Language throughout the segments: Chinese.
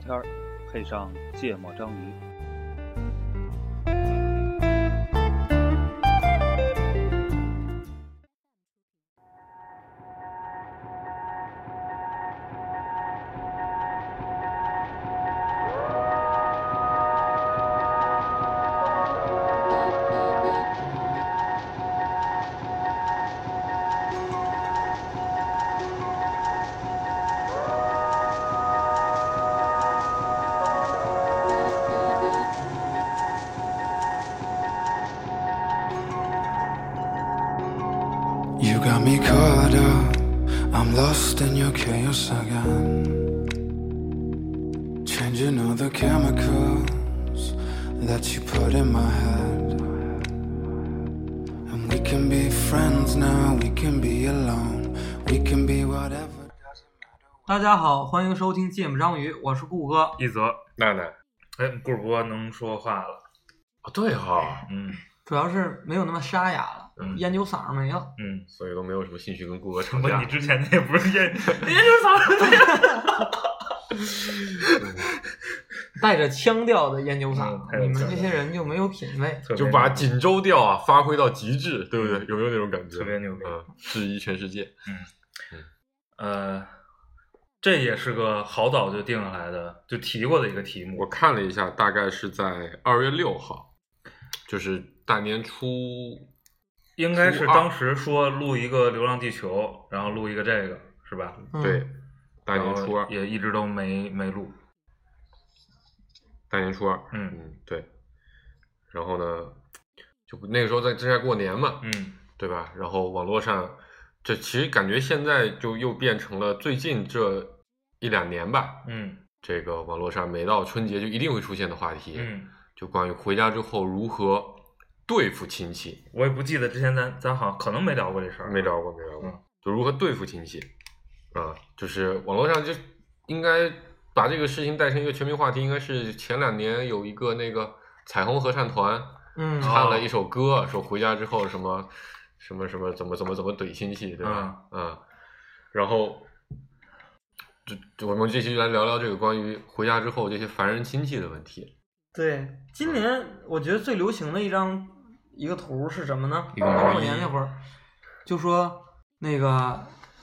天，配上芥末章鱼。 You got me caught up, I'm lost in your chaos again. Changing all the chemicals that you put in my head. And we can be friends now, we can be alone, we can be whatever. 大家好，欢迎收听芥末章鱼，我是顾哥。 一泽， 娜娜， 哎，顾哥能说话了。 哦，对哈， 主要是没有那么沙哑了，烟酒嗓没了。 所以都没有什么兴趣跟顾哥吵不， 架。 你之前那也不是烟酒嗓， 带着腔调的烟酒嗓，你们这些人就没有品味， 就把锦州调啊发挥到极致，对不对？有没有那种感觉？ 特别牛逼， 质疑全世界。 这也是个好早就定下来的，就提过的一个题目。 我看了一下，大概是在2月6号，就是大年初， 应该是当时说录一个《流浪地球》，然后录一个这个，是吧？ 对，大年初2 也一直都没录。 大年初2，对。然后呢，就那个时候正在过年嘛，对吧？然后网络上，这其实感觉现在就又变成了最近这1-2年吧，这个网络上每到春节就一定会出现的话题，就关于回家之后如何对付亲戚。 我也不记得之前咱好像可能没聊过这事儿， 没聊过，就如何对付亲戚啊，就是网络上就应该把这个事情带成一个全民话题，应该是前2年有一个那个彩虹合唱团，唱了一首歌，说回家之后什么怎么怼亲戚，对吧？然后我们这期就来聊聊这个关于回家之后这些烦人亲戚的问题。 对，今年我觉得最流行的一个图是什么呢？过年那会儿，就说那个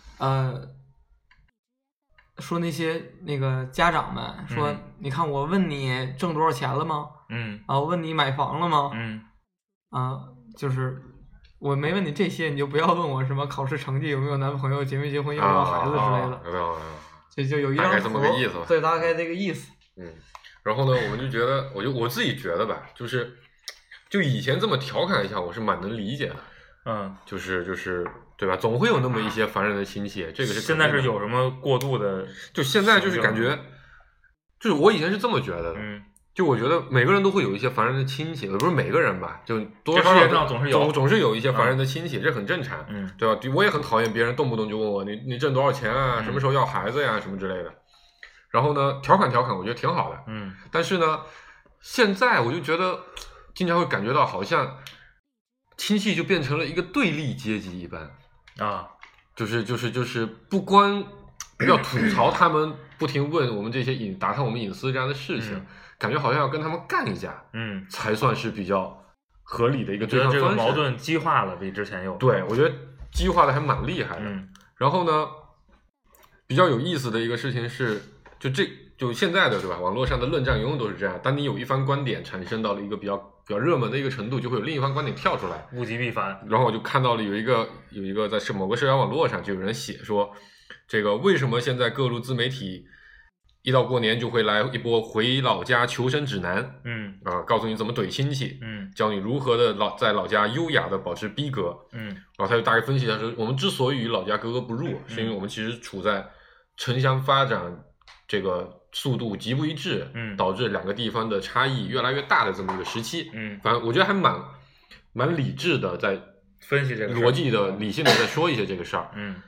说那些那个家长们说，你看我问你挣多少钱了吗？问你买房了吗？就是我没问你这些，你就不要问我什么考试成绩有没有男朋友、结没结婚、要不要孩子之类的。就有一张图，大概这么个意思吧。对，大概这个意思。 然后呢，我们就觉得，我自己觉得吧，就以前这么调侃一下，我是蛮能理解的。就是对吧？总会有那么一些烦人的亲戚，这个是现在是有什么过度的？ 就现在就是感觉，就是我以前是这么觉得的。就我觉得每个人都会有一些烦人的亲戚，也不是每个人吧，就多少世界上总是有一些烦人的亲戚，这很正常，对吧？我也很讨厌别人动不动就问我你挣多少钱啊，什么时候要孩子呀，什么之类的。然后呢，调侃，我觉得挺好的。但是呢，现在我就觉得经常会感觉到好像亲戚就变成了一个对立阶级一般啊，就是不光要吐槽他们不停问我们这些打探我们隐私这样的事情。感觉好像要跟他们干一架，才算是比较合理的一个对抗方式。 这个矛盾激化了，比之前有。 对，我觉得激化的还蛮厉害的。然后呢，比较有意思的一个事情是，就现在的对吧？网络上的论战永远都是这样。当你有一番观点产生到了一个比较热门的一个程度，就会有另一番观点跳出来， 物极必反。 然后我就看到了有一个在某个社交网络上就有人写说，这个为什么现在各路自媒体一到过年就会来一波回老家求生指南，告诉你怎么怼亲戚，教你如何的在老家优雅的保持逼格，然后他就大概分析一下说，我们之所以与老家格格不入，是因为我们其实处在城乡发展这个速度极不一致，导致2个地方的差异越来越大的这么一个时期，反正我觉得还蛮理智的，在分析这个逻辑的理性的在说一些这个事儿，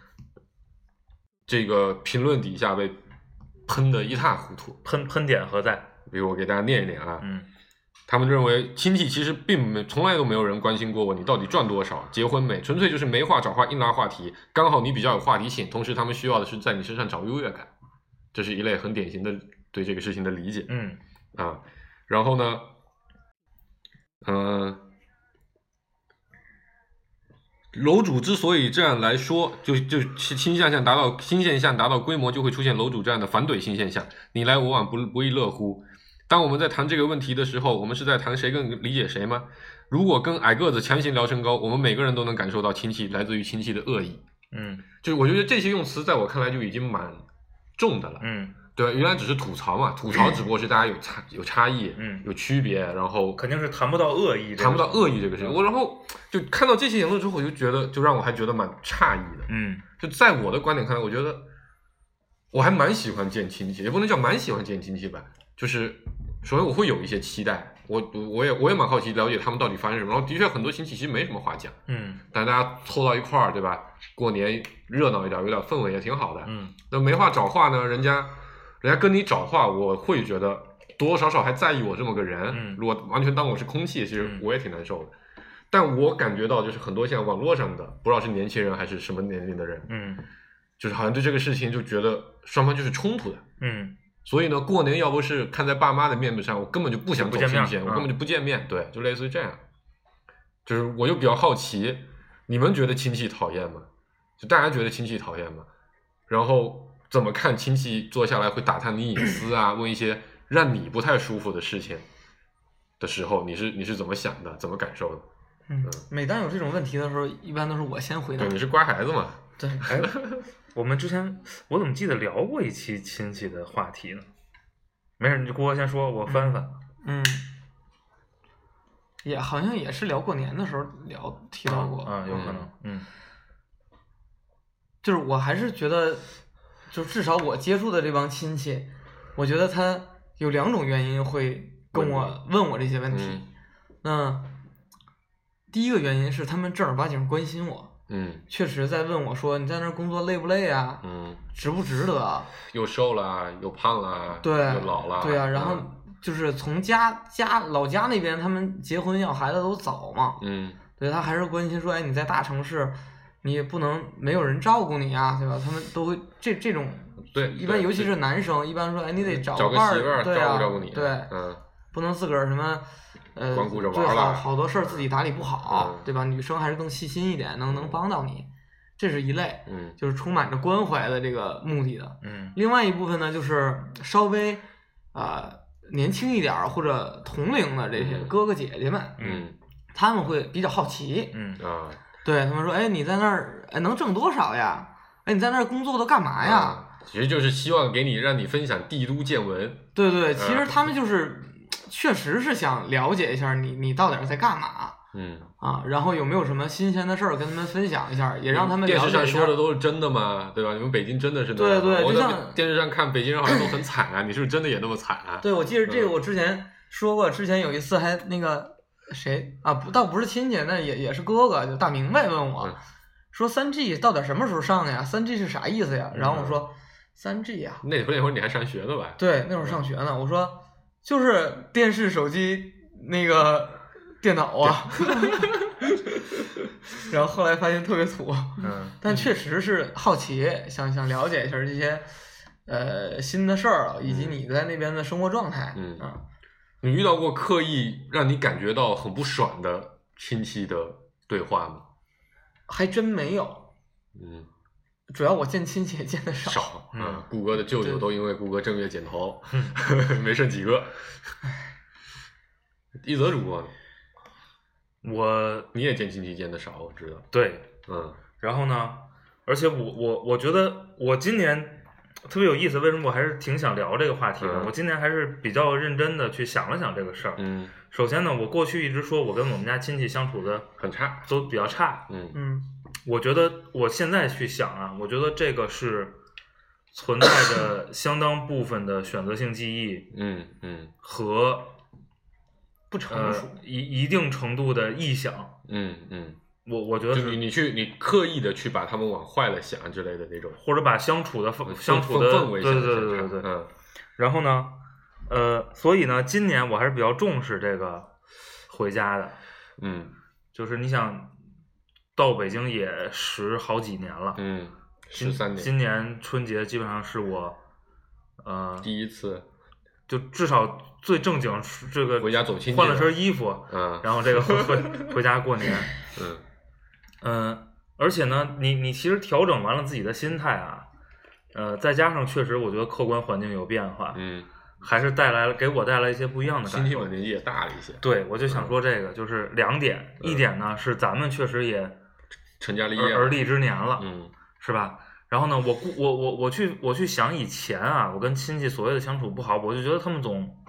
这个评论底下被喷得一塌糊涂， 喷点何在？ 比如我给大家念一念啊，他们认为亲戚其实从来都没有人关心过我你到底赚多少，结婚没，纯粹就是没话找话硬拉话题，刚好你比较有话题性，同时他们需要的是在你身上找优越感，这是一类很典型的对这个事情的理解。然后呢，楼主之所以这样来说，就新现象达到规模，就会出现楼主这样的反怼新现象，你来我往，不亦乐乎。当我们在谈这个问题的时候，我们是在谈谁更理解谁吗？如果跟矮个子强行聊身高，我们每个人都能感受到来自于亲戚的恶意。就是我觉得这些用词在我看来就已经蛮重的了。对吧？原来只是吐槽嘛，吐槽只不过是大家有差异，有区别，然后肯定是谈不到恶意这个事情。我然后就看到这些言论之后，我就觉得，就让我还觉得蛮诧异的。就在我的观点看来，我觉得我还蛮喜欢见亲戚，也不能叫蛮喜欢见亲戚吧。就是首先我会有一些期待，我也蛮好奇了解他们到底发生什么。然后的确很多亲戚其实没什么话讲，但大家凑到一块儿，对吧？过年热闹一点，有点氛围也挺好的。那没话找话呢，人家跟你找话，我会觉得多多少少还在意我这么个人。如果完全当我是空气，其实我也挺难受的。但我感觉到就是很多像网络上的，不知道是年轻人还是什么年龄的人，就是好像对这个事情就觉得双方就是冲突的。所以呢，过年要不是看在爸妈的面子上，我根本就不想走亲戚，我根本就不见面。对，就类似于这样。就是我就比较好奇，你们觉得亲戚讨厌吗？就大家觉得亲戚讨厌吗？然后怎么看亲戚坐下来会打探你隐私啊，问一些让你不太舒服的事情的时候，你是怎么想的，怎么感受的？ 每当有这种问题的时候，一般都是我先回答。 对，你是乖孩子嘛？ 对。 我们之前我怎么记得聊过一期亲戚的话题呢？没事，你就郭哥先说，我翻翻。 也好像也是聊过年的时候提到过。 有可能。 就是我还是觉得，就至少我接触的这帮亲戚，我觉得他有2种原因会跟我问我这些问题。第一个原因是他们正儿八经关心我。确实在问我说你在那儿工作累不累啊？值不值得？ 又瘦了，又胖了， 对， 又老了。 对啊，然后就是从老家那边，他们结婚要孩子都早嘛。对，他还是关心说，哎，你在大城市，你也不能没有人照顾你啊，对吧？他们都会这种， 对， 一般尤其是男生，一般说，哎，你得找个媳妇儿照顾你， 对，不能自个儿什么。 光顾着玩最好多事儿自己打理不好，对吧？女生还是更细心一点，能帮到你，这是一类，就是充满着关怀的这个目的的。另外一部分呢，就是稍微年轻一点或者同龄的这些哥哥姐姐们，他们会比较好奇，对他们说，哎，你在那儿能挣多少呀？哎，你在那儿工作都干嘛呀？ 其实就是希望让你分享帝都见闻。 对，其实他们就是。确实是想了解一下你到底在干嘛，然后有没有什么新鲜的事儿跟他们分享一下，也让他们了解一下。 电视上说的都是真的吗？对吧？你们北京真的是那样？ 对，就像电视上看北京人好像都很惨啊，你是不是真的也那么惨啊？ 对，我记得这个我之前说过，之前有一次还那个谁啊，倒不是亲戚，那也是哥哥，就大明白问我，说3G 到底什么时候上呀？3G 是啥意思呀？然后我说3G 呀， 那会儿你还上学呢吧？ 对，那会儿上学呢。我说。就是电视、手机、那个电脑啊，然后后来发现特别土，但确实是好奇，想了解一下这些新的事儿，以及你在那边的生活状态。 你遇到过刻意让你感觉到很不爽的亲戚的对话吗？ 还真没有。主要我见亲戚也见得少。 顾哥的舅舅都因为顾哥正月剪头，没剩几个。一泽主播，你也见亲戚见得少，我知道。 对，然后呢，而且我觉得我今年特别有意思，为什么我还是挺想聊这个话题的？我今年还是比较认真的去想了想这个事儿。首先呢，我过去一直说我跟我们家亲戚相处的很差， 都比较差。我觉得我现在去想啊，我觉得这个是存在着相当部分的选择性记忆，和不成熟， 一定程度的臆想，我觉得是你刻意的去把他们往坏了想之类的那种， 或者把相处的氛围对。然后呢，所以呢，今年我还是比较重视这个回家的，就是你想。到北京也10好几年了 ，13年。 今年春节基本上是我， 第一次， 就至少最正经这个回家走亲戚， 换了身衣服，然后这个回家过年，而且呢，你其实调整完了自己的心态啊，再加上确实我觉得客观环境有变化，还是给我带来一些不一样的感受。 亲戚们年纪也大了一些。 对，我就想说这个就是2点，一点呢是咱们确实也成家立业而立之年了，是吧？然后呢，我去想以前啊，我跟亲戚所谓的相处不好，我就觉得他们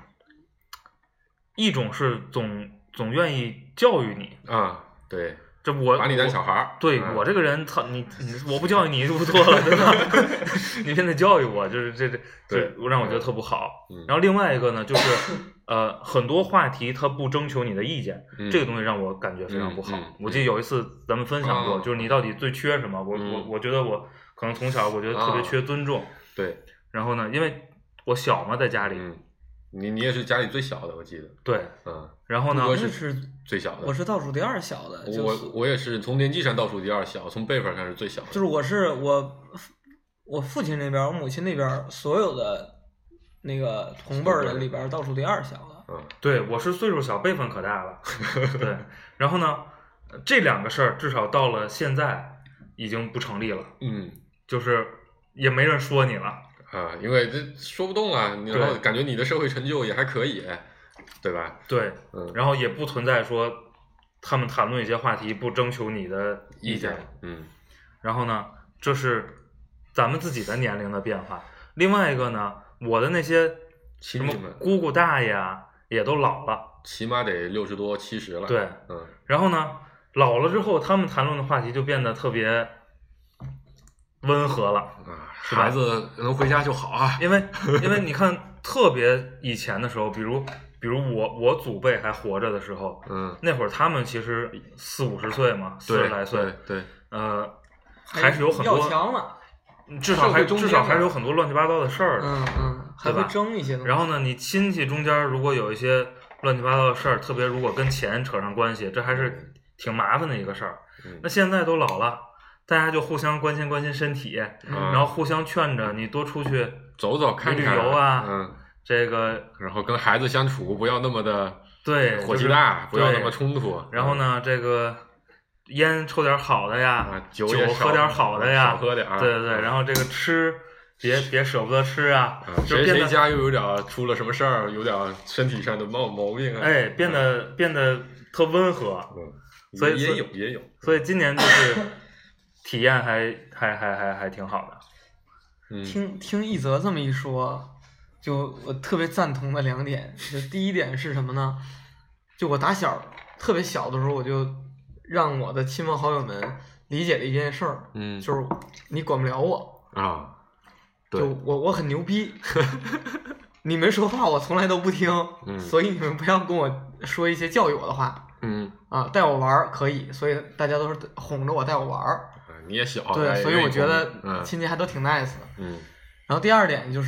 一种是总愿意教育你啊，对。 这我把你当小孩儿， 对我这个人，我不教育你就不错了，对吧？你现在教育我，就是这让我觉得特不好。然后另外一个呢，就是很多话题他不征求你的意见，这个东西让我感觉非常不好。我记得有一次咱们分享过，就是你到底最缺什么？我觉得我可能从小我觉得特别缺尊重。 对。 然后呢，因为我小嘛，在家里。 你也是家里最小的，我记得。 对，然后呢， 我是最小的， 我是倒数第2小的。 我也是从年纪上倒数第2小，从辈分上是最小的。 就是我父亲那边，我母亲那边所有的那个同辈的里边倒数第2小的。 对，我是岁数小，辈分可大了。对，然后呢，这2个事儿至少到了现在已经不成立了。就是也没人说你了。 因为这说不动啊，然后感觉你的社会成就也还可以，对吧？ 对，然后也不存在说他们谈论一些话题不征求你的意见，然后呢，这是咱们自己的年龄的变化。另外一个呢，我的那些什么姑姑大爷啊，也都老了， 起码得60多70了。 对，然后呢，老了之后，他们谈论的话题就变得特别温和了。 孩子能回家就好啊， 因为你看，特别以前的时候，比如我祖辈还活着的时候，那会儿他们其实40、50岁嘛，40来岁， 对， 还是有很多，至少还是有很多乱七八糟的事儿的， 还会争一些东西。 然后呢，你亲戚中间如果有一些乱七八糟的事儿，特别如果跟钱扯上关系，这还是挺麻烦的一个事儿。那现在都老了。大家就互相关心身体，然后互相劝着你多出去走走看旅游啊，这个， 然后跟孩子相处不要那么的火气大，不要那么冲突。 然后呢，这个烟抽点好的呀，酒喝点好的呀， 少喝点。 对，然后这个吃别舍不得吃啊。 谁家又有点出了什么事儿，有点身体上的毛病啊？ 哎，变得特温和。所以也有。 所以今年就是。体验还挺好的，听一泽这么一说，就我特别赞同的2点。就第一点是什么呢？就我打小特别小的时候，我就让我的亲朋好友们理解的一件事儿，就是你管不了我啊，对， 就我很牛逼，你们说话我从来都不听，所以你们不要跟我说一些教育我的话，带我玩可以，所以大家都是哄着我带我玩。 你也小， 对，所以我觉得亲戚还都挺 nice 的。然后第2点就是，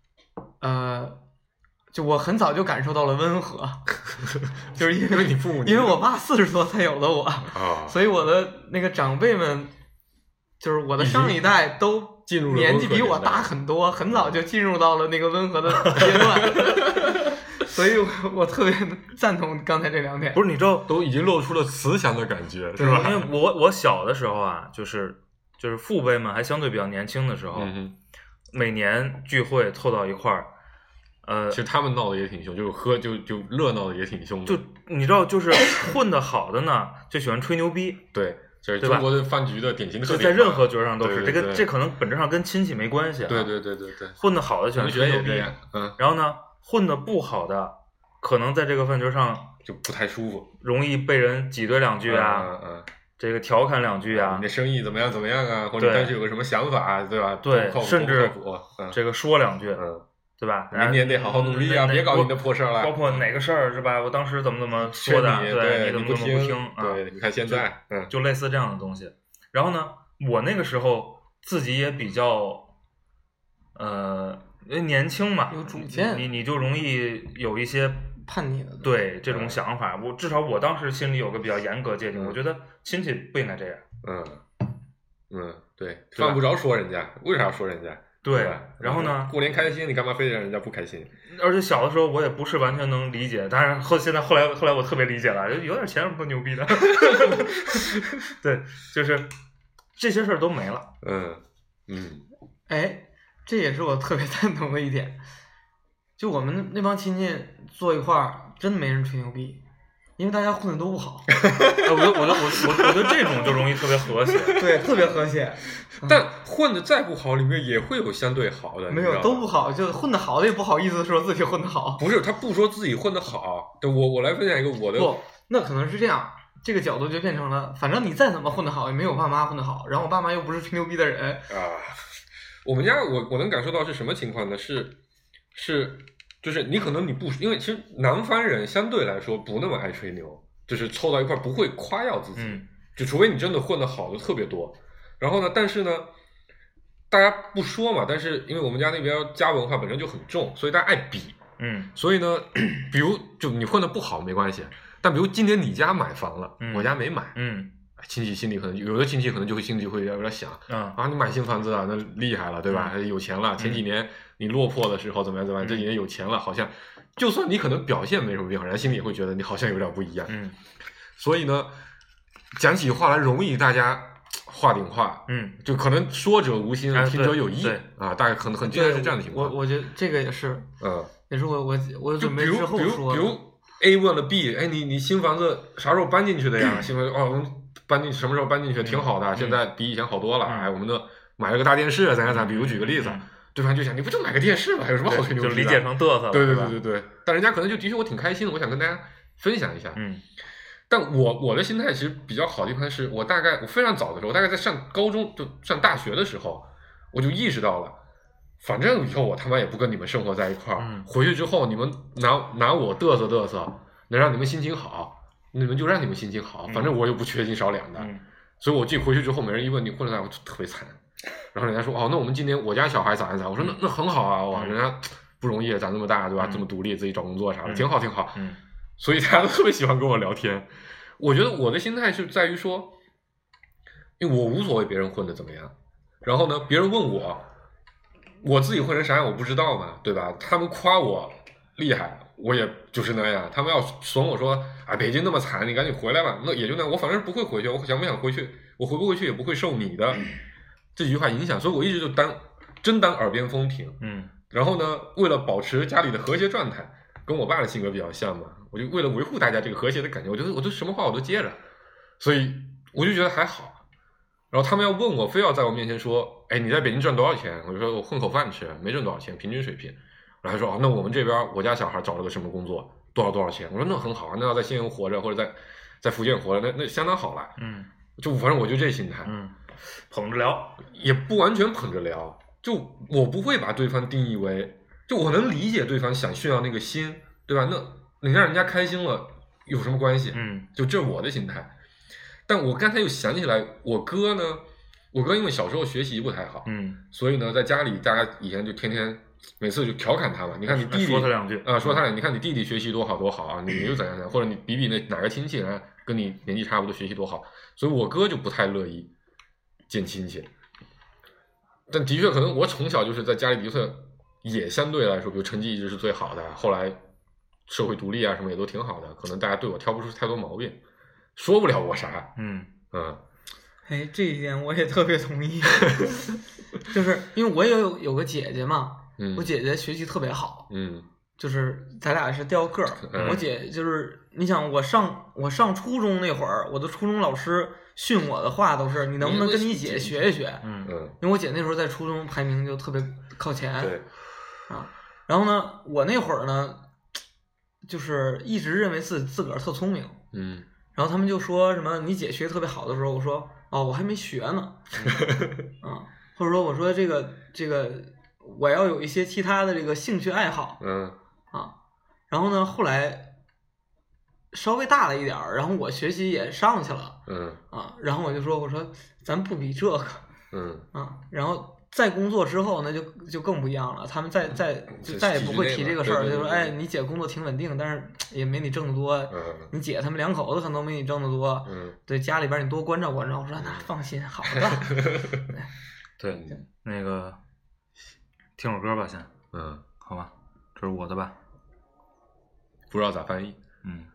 就我很早就感受到了温和，就是因为你父母， 因为我爸40多才有的我，所以我的那个长辈们，就是我的上一代都年纪比我大很多，很早就进入到了那个温和的阶段。所以我特别赞同刚才这2点。 不是，你知道都已经露出了慈祥的感觉，是吧？ 因为我小的时候啊，就是父辈们还相对比较年轻的时候，每年聚会凑到一块儿， 其实他们闹得也挺凶，就是喝就热闹的也挺凶的。 就你知道，就是混得好的呢，就喜欢吹牛逼。 对，这是中国的饭局的典型特点。 在任何局上都是对这可能本质上跟亲戚没关系。 对， 混得好的喜欢吹牛逼，然后呢。混得不好的，可能在这个饭局上就不太舒服， 容易被人挤兑2句啊，这个调侃2句啊， 你的生意怎么样啊，或者当时有个什么想法，对吧？ 对，甚至这个说2句，对吧？ 明年得好好努力啊，别搞你的破事了。 包括哪个事儿是吧？我当时怎么说的，对， 你怎么不听？ 对，你看现在， 就类似这样的东西。然后呢，我那个时候自己也比较，因为年轻嘛， 有主见， 你就容易有一些叛逆的对这种想法。至少我当时心里有个比较严格界定，我觉得亲戚不应该这样。 对，犯不着说人家，为啥要说人家？ 对，然后呢， 过年开心，你干嘛非得让人家不开心？ 而且小的时候我也不是完全能理解，当然后来我特别理解了，有点钱有什么牛逼的？对，就是这些事儿都没了。 哎，这也是我特别赞同的一点。就我们那帮亲戚坐一块儿，真的没人吹牛逼，因为大家混的都不好。 我觉得这种就容易特别和谐， 对，特别和谐。 但混的再不好，里面也会有相对好的。 没有都不好，就混的好的也不好意思说自己混的好。 不是，他不说自己混的好。对，我来分享一个我的。 不，那可能是这样，这个角度就变成了，反正你再怎么混的好，也没有我爸妈混的好。然后我爸妈又不是吹牛逼的人啊。我们家我能感受到是什么情况呢？就是你可能你不，因为其实南方人相对来说不那么爱吹牛，就是凑到一块不会夸耀自己，就除非你真的混得好的特别多。然后呢，但是呢，大家不说嘛，但是因为我们家那边家文化本身就很重，所以大家爱比，所以呢，比如就你混得不好没关系，但比如今年你家买房了，我家没买，亲戚心里可能有的亲戚可能就会心里会有点想，啊，你买新房子啊，那厉害了，对吧？有钱了。前几年你落魄的时候怎么样？这几年有钱了，好像就算你可能表现没什么变化，人家心里也会觉得你好像有点不一样。所以呢，讲起话来容易大家话顶话，就可能说者无心，听者有意啊，大概可能很经常是这样的情况。 我觉得这个也是，也是我准备之后说， 比如 A 问了 B， 哎，你新房子啥时候搬进去的呀？新房子我们搬进什么时候搬进去？挺好的，现在比以前好多了。哎，我们都买了个大电视，咱比如举个例子，对方就想你不就买个电视吗？还有什么好吹牛逼的？ 就理解成嘚瑟了。 对，但人家可能就的确我挺开心的，我想跟大家分享一下。但我的心态其实比较好的地方是我非常早的时候，我大概在上高中就上大学的时候，我就意识到了，反正以后我他妈也不跟你们生活在一块儿，回去之后你们拿我嘚瑟，能让你们心情好。你们就让你们心情好，反正我又不缺斤少两的，所以我自己回去之后，没人一问你混得咋，我就特别惨。然后人家说哦，那我们今年我家小孩咋，我说那很好啊，哇，人家不容易，长这么大，对吧？这么独立，自己找工作啥的，挺好。所以大家都特别喜欢跟我聊天。我觉得我的心态是在于说，因为我无所谓别人混得怎么样，然后呢，别人问我自己混成啥样我不知道嘛，对吧？他们夸我厉害。我也就是那样，他们要怂我说啊，北京那么惨，你赶紧回来吧。那也就那样，我反正不会回去，我想不想回去，我回不回去也不会受你的这几句话影响，所以我一直就当耳边风听。然后呢，为了保持家里的和谐状态，跟我爸的性格比较像嘛，我就为了维护大家这个和谐的感觉，我就什么话我都接着，所以我就觉得还好。然后他们要问我，非要在我面前说，哎，你在北京赚多少钱？我就说我混口饭吃，没挣多少钱，平均水平。然后他说哦，那我们这边我家小孩找了个什么工作，多少钱？我说那很好啊，那要在西安活着或者在福建活着，那相当好了。就反正我就这心态， 捧着聊， 也不完全捧着聊，就我不会把对方定义为，就我能理解对方想炫耀那个心，对吧？那你让人家开心了有什么关系？就这是我的心态。但我刚才又想起来，我哥因为小时候学习不太好，所以呢，在家里大家以前就天天。每次就调侃他嘛，你看你弟弟说他两句说他俩，你看你弟弟学习多好啊，你又怎样，或者你比哪个亲戚啊，跟你年纪差不多学习多好，所以我哥就不太乐意见亲戚。但的确可能我从小就是在家里的确也相对来说，比如成绩一直是最好的，后来社会独立啊什么也都挺好的，可能大家对我挑不出太多毛病，说不了我啥。 哎，这一点我也特别同意，就是因为我也有个姐姐嘛。我姐姐学习特别好，就是咱俩是掉个儿。我姐就是你想我上初中那会儿，我的初中老师训我的话都是你能不能跟你姐学一学？因为我姐那时候在初中排名就特别靠前，然后呢，我那会儿呢，就是一直认为自个儿特聪明，然后他们就说什么你姐学特别好的时候，我说哦我还没学呢，或者说我说这个。我要有一些其他的这个兴趣爱好，然后呢，后来稍微大了一点儿，然后我学习也上去了，然后我说咱不比这个，然后在工作之后那就更不一样了，他们再也不会提这个事儿，就说哎，你姐工作挺稳定，但是也没你挣得多，你姐他们两口子可能没你挣得多，对家里边你多关照关照，我说那放心，好的， 对那个。 听首歌吧先。 好吧，这是我的吧， 不知道咋翻译。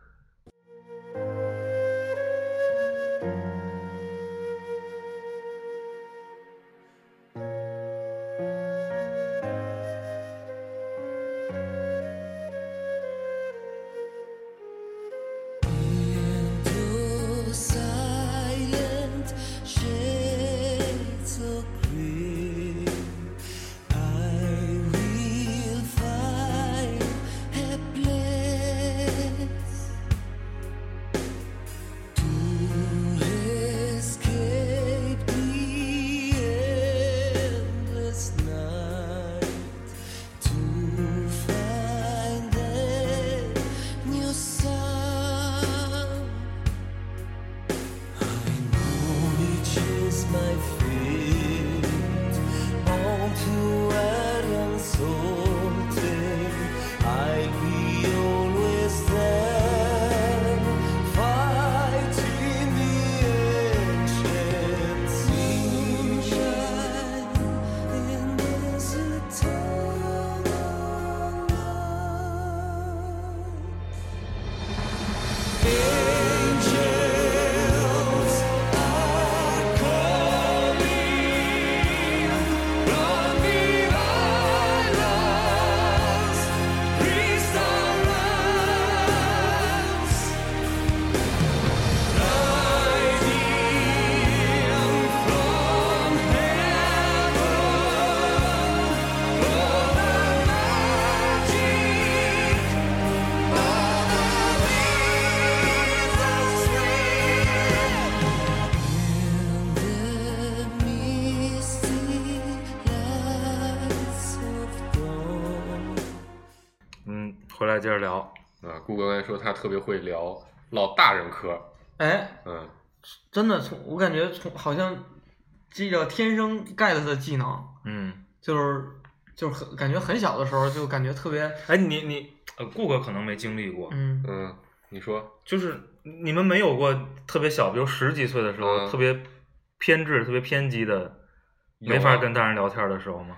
回来接着聊啊。顾哥刚才说他特别会唠大人嗑， 真的我感觉好像这个天生 get 的技能，就是感觉很小的时候就感觉特别。 你顾哥可能没经历过， 你说就是你们没有过特别小，比如10几岁的时候，特别偏执、特别偏激的，没法跟大人聊天的时候吗？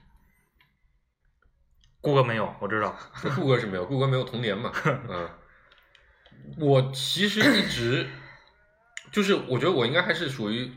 顾哥没有，我知道。 顾哥是没有，顾哥没有童年嘛。我其实一直就是我觉得我应该还是属于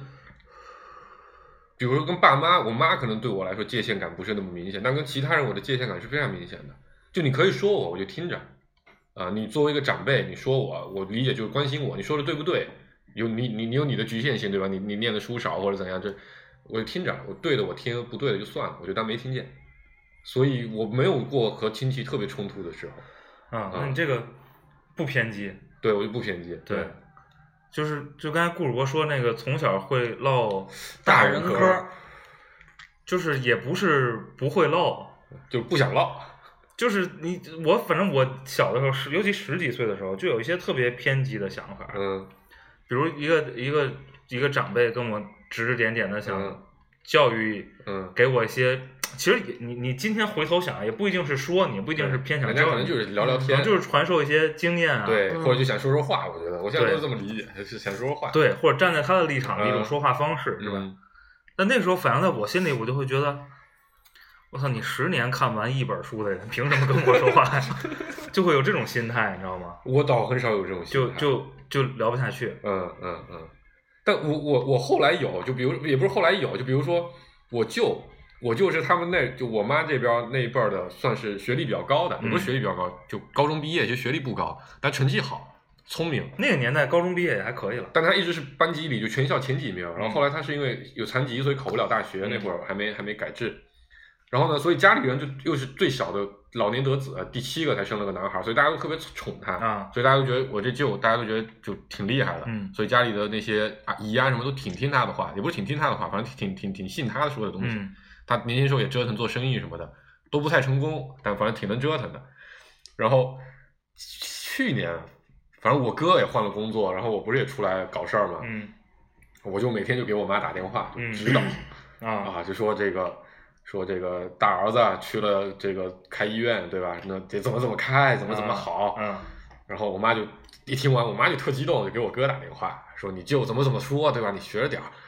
比如说跟爸妈，我妈可能对我来说界限感不是那么明显，但跟其他人我的界限感是非常明显的。就你可以说我就听着你作为一个长辈，你说我理解就是关心我，你说的对不对？你有你的局限性，对吧？你念的书少或者怎样，我就听着，我对的我听，不对的就算了，我就当没听见。所以我没有过和亲戚特别冲突的时候。 那你这个不偏激？ 对，我就不偏激。 对，就刚才顾主播说那个从小会唠大人嗑， 就是也不是不会唠， 就不想唠。 就是反正我小的时候，尤其10几岁的时候，就有一些特别偏激的想法。比如一个长辈跟我指指点点的想教育，给我一些。其实你今天回头想，也不一定是说你，不一定是偏想教育， 人家可能就是聊聊天， 就是传授一些经验啊， 对，或者就想说说话。我觉得我现在都是这么理解，是想说说话， 对，或者站在他的立场的一种说话方式，是吧？但那时候反映在我心里，我就会觉得，我操，你10年看完一本书的人，凭什么跟我说话呀？就会有这种心态，你知道吗？ 我倒很少有这种心态， 就聊不下去。 但我后来有，就比如也不是后来有，就比如说我就是他们就我妈这边那一辈的，算是学历比较高的，也不是学历比较高，就高中毕业，就学历不高，但成绩好，聪明。 那个年代高中毕业也还可以了， 但他一直是班级里就全校前几名。然后后来他是因为有残疾，所以考不了大学，那会儿还没改制。然后呢，所以家里人又是最小的老年得子，第7个才生了个男孩，所以大家都特别宠他所以大家都觉得我这舅，大家都觉得就挺厉害的。所以家里的那些姨什么都挺听他的话，也不是挺听他的话，反正挺信他说的东西。他年轻时候也折腾做生意什么的，都不太成功，但反正挺能折腾的。然后去年，反正我哥也换了工作，然后我不是也出来搞事儿嘛，我就每天就给我妈打电话，就指导就说这个大儿子去了这个开医院，对吧？那得怎么开，怎么好。然后我妈就一听完，我妈就特激动，就给我哥打电话说你舅怎么说，对吧？你学着点儿。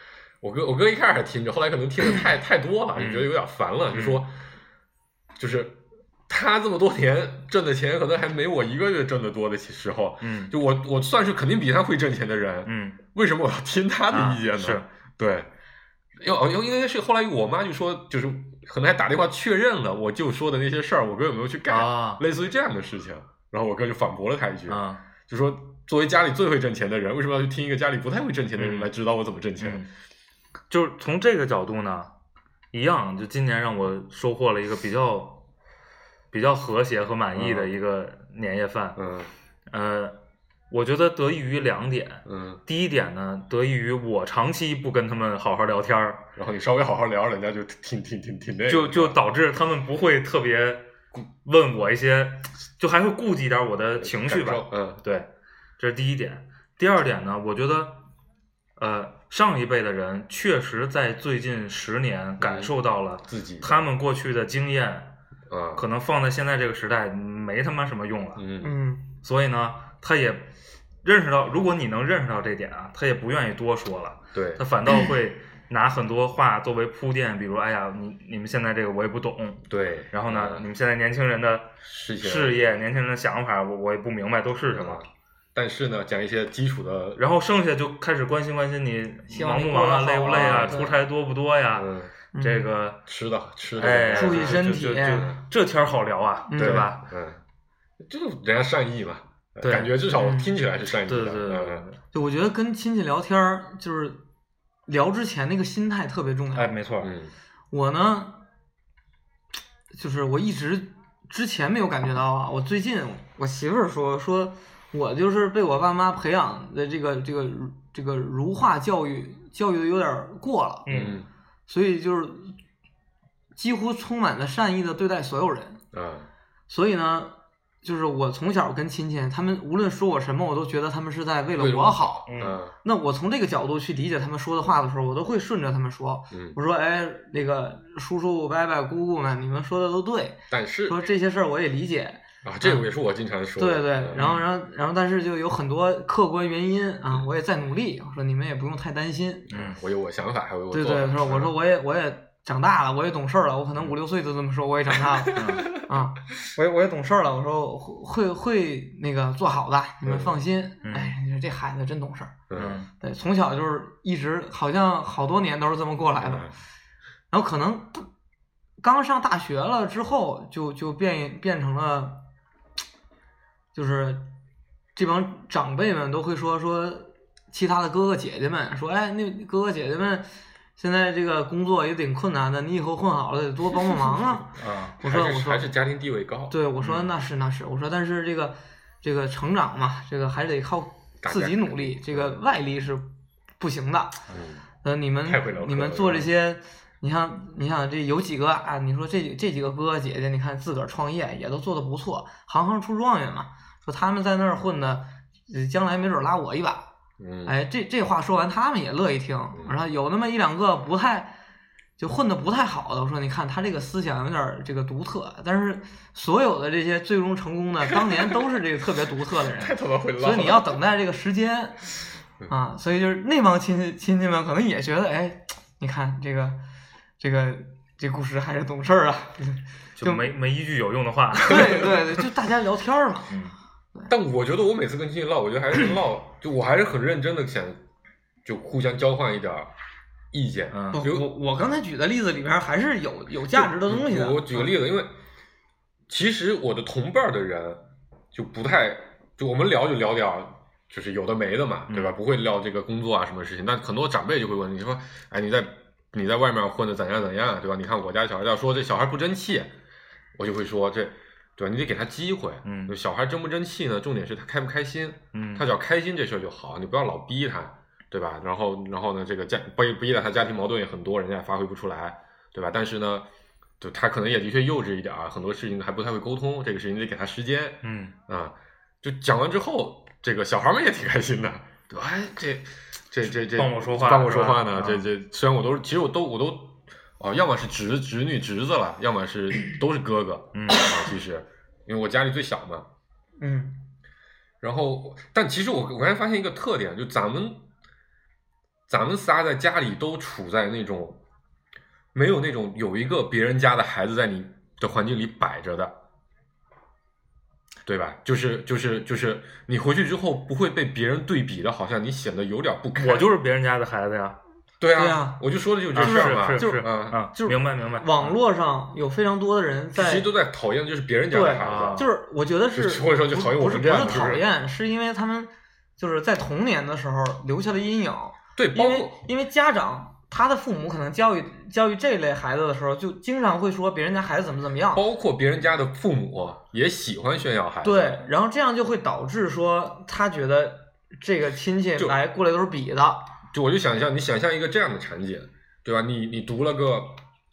我哥一开始还听着，后来可能听的太多了，就觉得有点烦了，就说就是他这么多年挣的钱可能还没我一个月挣的多的时候，就我算是肯定比他会挣钱的人，为什么我要听他的意见呢？ 是， 对，因为是后来我妈就说，就是可能还打电话确认了我舅说的那些事儿，我哥有没有去干，类似于这样的事情，然后我哥就反驳了他一句，就说作为家里最会挣钱的人，为什么要去听一个家里不太会挣钱的人来指导我怎么挣钱？ 就是从这个角度呢，一样，就今年让我收获了一个比较和谐和满意的一个年夜饭。我觉得得益于2点。第一点呢，得益于我长期不跟他们好好聊天， 然后你稍微好好聊，人家就挺那个， 就导致他们不会特别问我一些，就还会顾及点我的情绪吧。对，这是第一点。第二点呢，我觉得上一辈的人确实在最近10年感受到了自己他们过去的经验，可能放在现在这个时代没他妈什么用了。所以呢，他也认识到，如果你能认识到这点啊，他也不愿意多说了。 对， 他反倒会拿很多话作为铺垫，比如哎呀，你们现在这个我也不懂。 对， 然后呢，你们现在年轻人的事业、年轻人的想法，我也不明白都是什么。 但是呢，讲一些基础的， 然后剩下就开始关心你忙不忙啊，累不累啊，出差多不多呀，这个吃的， 注意身体， 这天好聊啊，对吧？ 就是人家善意嘛，感觉至少听起来是善意的。 对，我觉得跟亲戚聊天就是聊之前那个心态特别重要。 没错。 我呢，就是我一直之前没有感觉到啊，我最近我媳妇儿说。我就是被我爸妈培养的这个儒化教育的有点过了，所以就是几乎充满了善意的对待所有人，所以呢，就是我从小跟亲戚，他们无论说我什么，我都觉得他们是在为了我好，那我从这个角度去理解他们说的话的时候，我都会顺着他们说，我说哎，那个叔叔伯伯姑姑们，你们说的都对， 但是说这些事儿我也理解。 这个也是我经常说的。 对，然后，但是就有很多客观原因啊，我也在努力。我说你们也不用太担心。 我有我想法，还有我做。 对，我说我也长大了，我也懂事了。我可能5、6岁都这么说，我也长大了。我也懂事了。我说会那个做好的，你们放心。哎，你说这孩子真懂事。对，从小就是一直好像好多年都是这么过来的。然后可能刚上大学了之后，就变成了。就是这帮长辈们都会说其他的哥哥姐姐们说，哎，那哥哥姐姐们现在这个工作也挺困难的，你以后混好了得多帮忙啊。我说还是家庭地位高。 对，我说那是，我说但是这个成长嘛，这个还得靠自己努力，这个外力是不行的。你们做这些。你想这有几个啊？你说这几个哥哥姐姐，你看自个儿创业也都做得不错，行行出状元嘛。说他们在那儿混的，将来没准拉我一把。哎，这话说完，他们也乐意听。然后有那么1、2个就混得不太好的，我说你看他这个思想有点这个独特，但是所有的这些最终成功的，当年都是这个特别独特的人。 太他妈会唠了。 所以你要等待这个时间啊，所以就是那帮亲戚们可能也觉得，哎，你看这故事还是懂事儿啊， 就没一句有用的话。 对，就大家聊天嘛。 但我觉得我每次跟亲戚唠，我觉得还是唠，就我还是很认真的想，就互相交换一点意见。 我刚才举的例子里边还是有价值的东西的。 我举个例子，因为其实我的同辈的人就不太，就我们聊就聊点就是有的没的嘛，对吧？不会聊这个工作啊什么事情。但很多长辈就会问你说，哎，你在外面混的怎样，对吧？你看我家小孩要说这小孩不争气，我就会说这，对吧？你得给他机会。小孩争不争气呢？重点是他开不开心。他只要开心这事儿就好，你不要老逼他，对吧？然后呢，这个逼了他家庭矛盾也很多，人家也发挥不出来，对吧？但是呢，就他可能也的确幼稚一点，很多事情还不太会沟通，这个事情得给他时间。就讲完之后，这个小孩们也挺开心的，对吧？哎，这帮我说话呢，这虽然其实我都要么是侄女侄子了，要么是都是哥哥。其实因为我家里最小嘛。然后但其实我刚才发现一个特点，就咱咱们仨在家里都处在那种没有那种有一个别人家的孩子在你的环境里摆着的，对吧？就是你回去之后不会被别人对比的，好像你显得有点不堪。 我就是别人家的孩子呀。 对啊，我就说的就是这事儿嘛。 就是明白。 网络上有非常多的人其实都在讨厌，就是别人家的孩子。 就是我觉得是， 或者说就讨厌我们这样。 不是讨厌，是因为他们就是在童年的时候留下的阴影。 对， 因为家长他的父母可能教育这类孩子的时候，就经常会说别人家孩子怎么样， 包括别人家的父母也喜欢炫耀孩子。 对，然后这样就会导致说他觉得这个亲戚过来都是比的。 就我就想象，你想象一个这样的场景，对吧？你读了个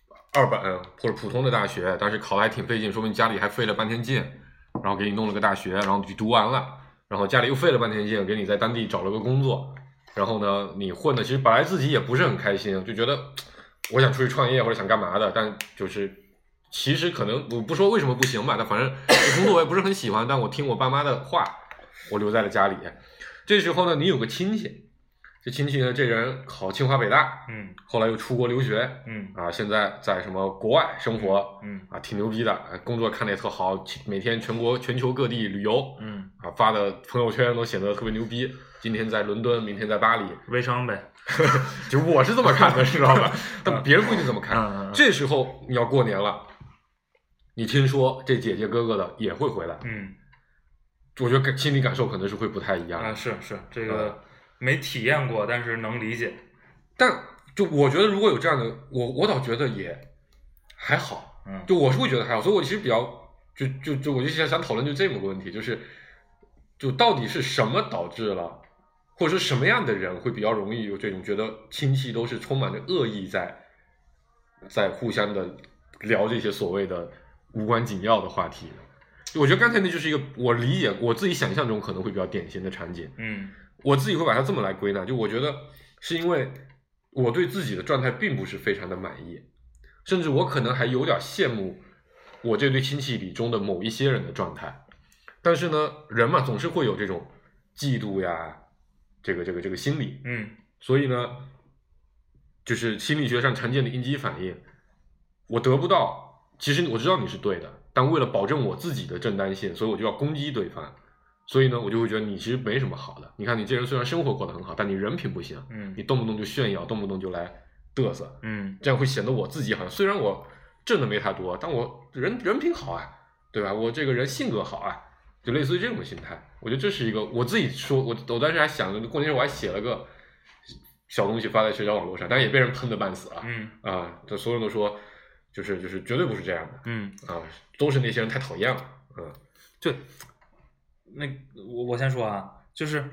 2本或者普通的大学，但是考得还挺费劲，说明家里还费了半天劲，然后给你弄了个大学，然后你读完了，然后家里又费了半天劲，给你在当地找了个工作，然后呢，你混的其实本来自己也不是很开心，就觉得我想出去创业或者想干嘛的，但就是其实可能我不说为什么不行吧，但反正这工作我也不是很喜欢，但我听我爸妈的话，我留在了家里。这时候呢，你有个亲戚。这亲戚呢，这人考清华北大，后来又出国留学，现在在什么国外生活，挺牛逼的，工作看得也特好，每天全球各地旅游，发的朋友圈都显得特别牛逼。今天在伦敦，明天在巴黎， 微商呗， 就我是这么看的，知道吧？但别人不一定这么看。这时候你要过年了，你听说这姐姐哥哥的也会回来，我觉得心理感受可能是会不太一样啊。是这个。没体验过，但是能理解。 但就我觉得，如果有这样的，我倒觉得也还好。就我是会觉得还好，所以我其实比较就我就想讨论就这么个问题，就到底是什么导致了，或者说什么样的人会比较容易有这种觉得亲戚都是充满着恶意在互相的聊这些所谓的无关紧要的话题的。我觉得刚才那就是一个我理解我自己想象中可能会比较典型的场景。我自己会把它这么来归纳，就我觉得是因为我对自己的状态并不是非常的满意，甚至我可能还有点羡慕我这对亲戚里中的某一些人的状态。但是呢，人嘛总是会有这种嫉妒呀，这个心理，所以呢，就是心理学上常见的应激反应，我得不到，其实我知道你是对的，但为了保证我自己的正当性，所以我就要攻击对方。所以呢，我就会觉得你其实没什么好的。你看你这人虽然生活过得很好，但你人品不行，你动不动就炫耀，动不动就来嘚瑟，这样会显得我自己好像虽然我挣的没他多，但我人品好啊，对吧？我这个人性格好啊，就类似于这种心态。我觉得这是一个我自己说，我当时还想着过年时候我还写了个小东西发在社交网络上，但也被人喷得半死啊，这所有人都说就是绝对不是这样的，都是那些人太讨厌了， 就。那我先说啊，就是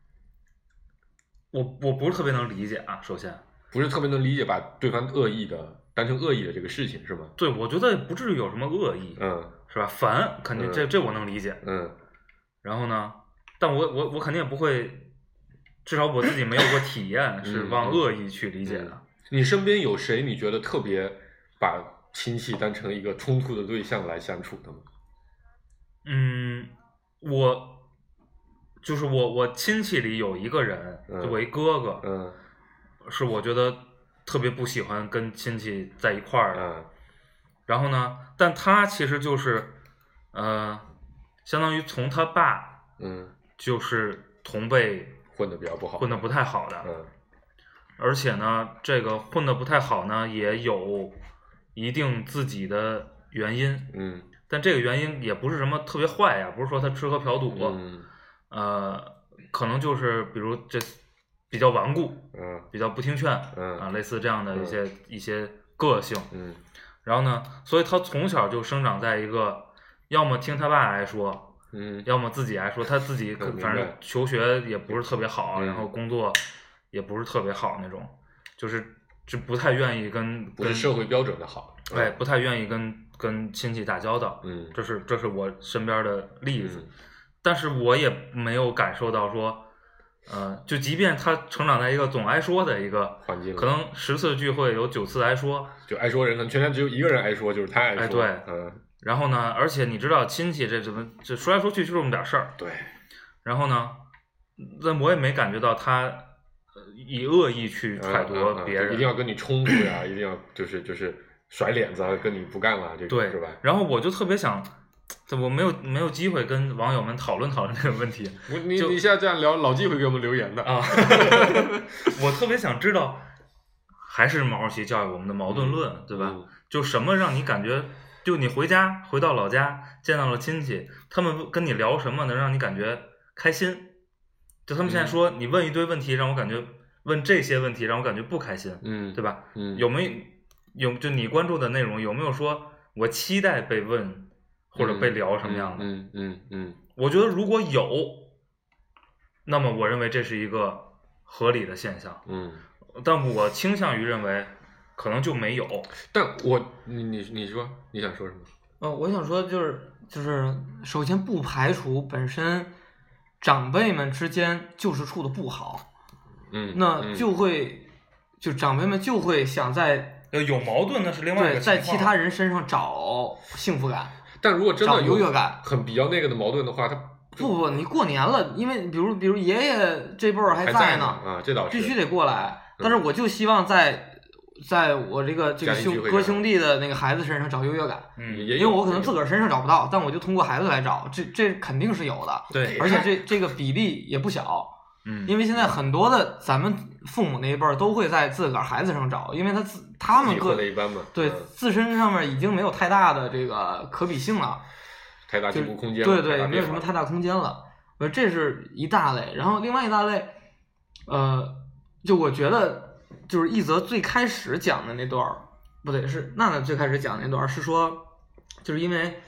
我不是特别能理解啊。首先不是特别能理解把对方当成恶意的这个事情是吗？ 对，我觉得不至于有什么恶意，是吧？烦肯定这我能理解，然后呢，但我肯定也不会，至少我自己没有过体验是往恶意去理解的。 你身边有谁你觉得特别把亲戚当成一个冲突的对象来相处的吗？ 我亲戚里有一个人，就我一哥哥，是我觉得特别不喜欢跟亲戚在一块儿的。然后呢，但他其实就是相当于从他爸就是同辈混得比较不好， 混得不太好的，而且呢，这个混得不太好呢，也有一定自己的原因，但这个原因也不是什么特别坏呀，不是说他吃喝嫖赌，可能就是比如这比较顽固，比较不听劝，类似这样的一些个性，然后呢，所以他从小就生长在一个要么听他爸爱说，要么自己爱说，他自己反正求学也不是特别好，然后工作也不是特别好那种，就不太愿意不是社会标准的好， 不太愿意跟亲戚打交道，这是我身边的例子，但是我也没有感受到说，就即便他成长在一个总爱说的一个环境， 可能10次聚会有9次爱说， 就爱说人可能全家只有一个人爱说，就是他爱说， 对，然后呢，而且你知道亲戚这说来说去就这么点事儿， 对， 然后呢，但我也没感觉到他以恶意去揣度别人， 一定要跟你冲突呀，一定要就是甩脸子，跟你不干了，这种是吧？ 然后我就特别想，我没有机会跟网友们讨论这个问题。 你现在这样聊，老纪会给我们留言的啊。我特别想知道，还是毛主席教育我们的矛盾论，对吧？就什么让你感觉，就你回到老家见到了亲戚，他们跟你聊什么能让你感觉开心？就他们现在说，你问一堆问题，让我感觉问这些问题让我感觉不开心，对吧？有没有就你关注的内容有没有说我期待被问或者被聊什么样的？我觉得如果有，那么我认为这是一个合理的现象。但我倾向于认为可能就没有。 但你说你想说什么？ 我想说就是首先不排除本身长辈们之间就是处的不好，那就长辈们就会想在有矛盾，那是另外一个情况， 在其他人身上找幸福感。 但如果真的有优越感， 很比较那个的矛盾的话，他不，你过年了，因为比如爷爷这辈儿还在呢啊，这倒是必须得过来。但是我就希望在我这个哥兄弟的那个孩子身上找优越感，因为我可能自个儿身上找不到，但我就通过孩子来找，这肯定是有的。 对， 而且这个比例也不小。因为现在很多的咱们父母那一辈儿都会在自个儿孩子上找，因为他们对自身上面已经没有太大的这个可比性了， 太大进步空间了，对，没有什么太大空间了。这是一大类，然后另外一大类，就我觉得就是一泽最开始讲的那段不对，是娜娜最开始讲那段是说，就是因为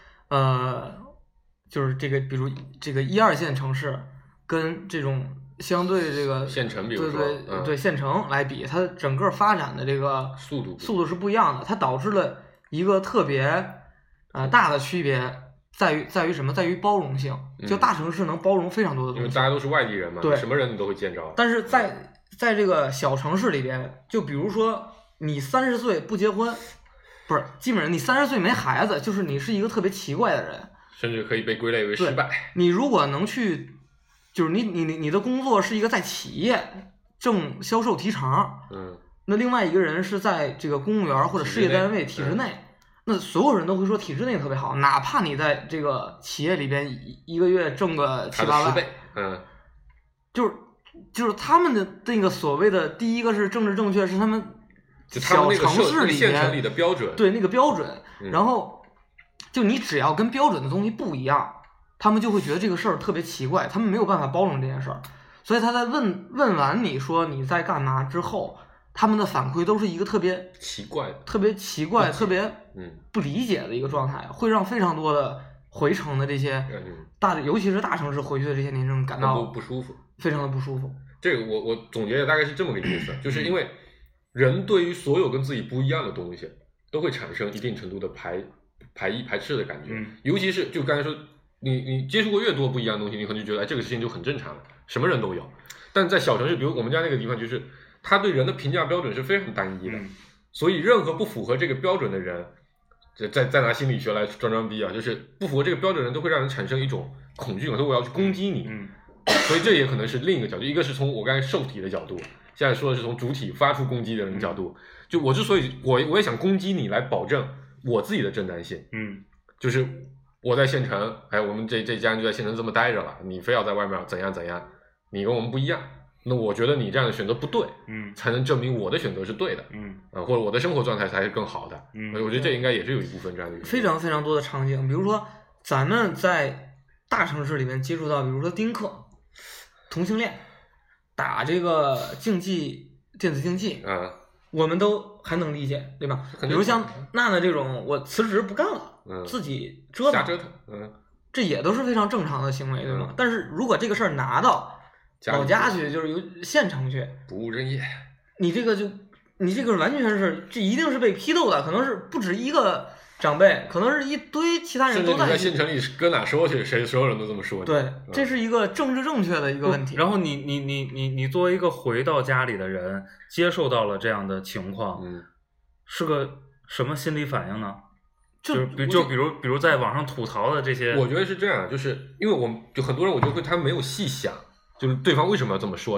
就是这个比如这个1、2线城市跟这种相对这个县城，比如说对县城来比，它整个发展的这个速度是不一样的，它导致了一个特别大的区别在于什么？在于包容性。就大城市能包容非常多的东西， 因为大家都是外地人嘛， 对， 什么人你都会见着。 但是在这个小城市里边，就比如说你30岁不结婚，不是，基本上你30岁没孩子，就是你是一个特别奇怪的人， 甚至可以被归类为失败。 你如果能去。就是你的工作是一个在企业挣销售提成，那另外一个人是在这个公务员或者事业单位体制内，那所有人都会说体制内特别好，哪怕你在这个企业里边一个月挣个7、8万，就是他们的那个所谓的第一个是政治正确，是他们小城市里边县城里的标准， 对那个标准，然后就你只要跟标准的东西不一样。他们就会觉得这个事儿特别奇怪，他们没有办法包容这件事儿，所以他在问完你说你在干嘛之后，他们的反馈都是一个特别奇怪、特别不理解的一个状态，会让非常多的回城的这些尤其是大城市回去的这些年轻人感到不舒服， 非常的不舒服。 这个我总结的大概是这么个意思，就是因为人对于所有跟自己不一样的东西，都会产生一定程度的排斥的感觉，尤其是就刚才说。你接触过越多不一样的东西，你可能就觉得这个事情就很正常了，什么人都有。但在小城市，比如我们家那个地方，就是他对人的评价标准是非常单一的，所以任何不符合这个标准的人，再拿心理学来装逼啊，就是不符合这个标准的人都会让人产生一种恐惧感，说我要去攻击你。所以这也可能是另一个角度，一个是从我刚才受体的角度，现在说的是从主体发出攻击的人的角度。就我之所以我也想攻击你，来保证我自己的正当性。就是我在县城，我们这家人就在县城这么待着了，你非要在外面怎样，你跟我们不一样，那我觉得你这样的选择不对，才能证明我的选择是对的，或者我的生活状态才是更好的，我觉得这应该也是有一部分这样的原因。 非常非常多的场景，比如说咱们在大城市里面接触到，比如说丁克、同性恋、打这个电子竞技，我们都还能理解，对吧？比如像娜娜这种，我辞职不干了，自己折腾，这也都是非常正常的行为，对吗？但是如果这个事儿拿到老家去，就是由县城去， 不务正业， 你这个完全是，这一定是被批斗的，可能是不止一个长辈，可能是一堆其他人都在县城里搁哪说去，所有人都这么说。 对，这是一个政治正确的一个问题。 然后你作为一个回到家里的人，接受到了这样的情况，是个什么心理反应呢？就比如在网上吐槽的这些， 我觉得是这样，就是因为就很多人，我觉得他没有细想，就是对方为什么要这么说他，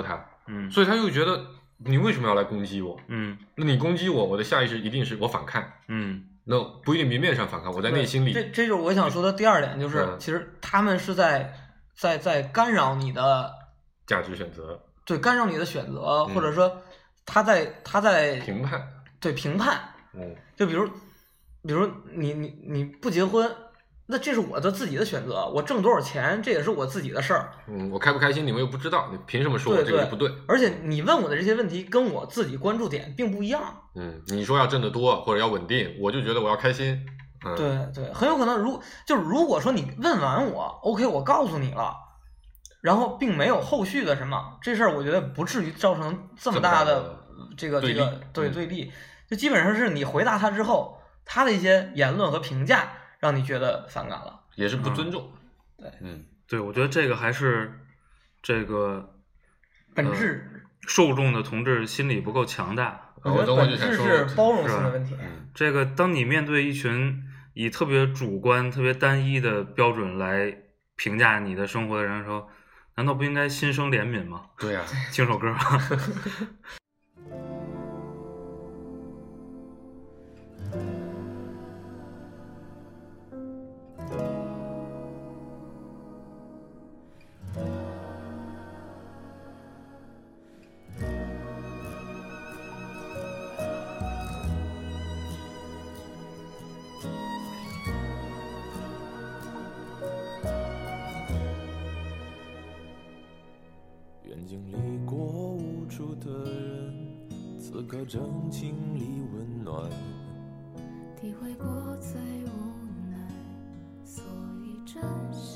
所以他就觉得你为什么要来攻击我？那你攻击我，我的下意识一定是我反抗，那不一定明面上反抗，我在内心里。 这就是我想说的第二点，就是其实他们是在干扰你的价值选择， 对，干扰你的选择，或者说他在评判， 对，评判，就比如你不结婚，那这是我的自己的选择，我挣多少钱，这也是我自己的事儿。 我开不开心你们又不知道，你凭什么说我这个不对？ 而且你问我的这些问题跟我自己关注点并不一样。 你说要挣得多或者要稳定，我就觉得我要开心。 对，很有可能如果说你问完我 ，OK， 我告诉你了，然后并没有后续的什么，这事儿我觉得不至于造成这么大的这个对立，就基本上是你回答他之后，他的一些言论和评价让你觉得反感了， 也是不尊重。 对，我觉得这个还是这个本质受众的同志心理不够强大。 我觉得本质是包容性的问题。 这个当你面对一群以特别主观、特别单一的标准来评价你的生活的人的时候，难道不应该心生怜悯吗？ 对呀， 听首歌。 愿经历过无助的人，此刻正经历温暖， 体会过最无奈，所以珍惜。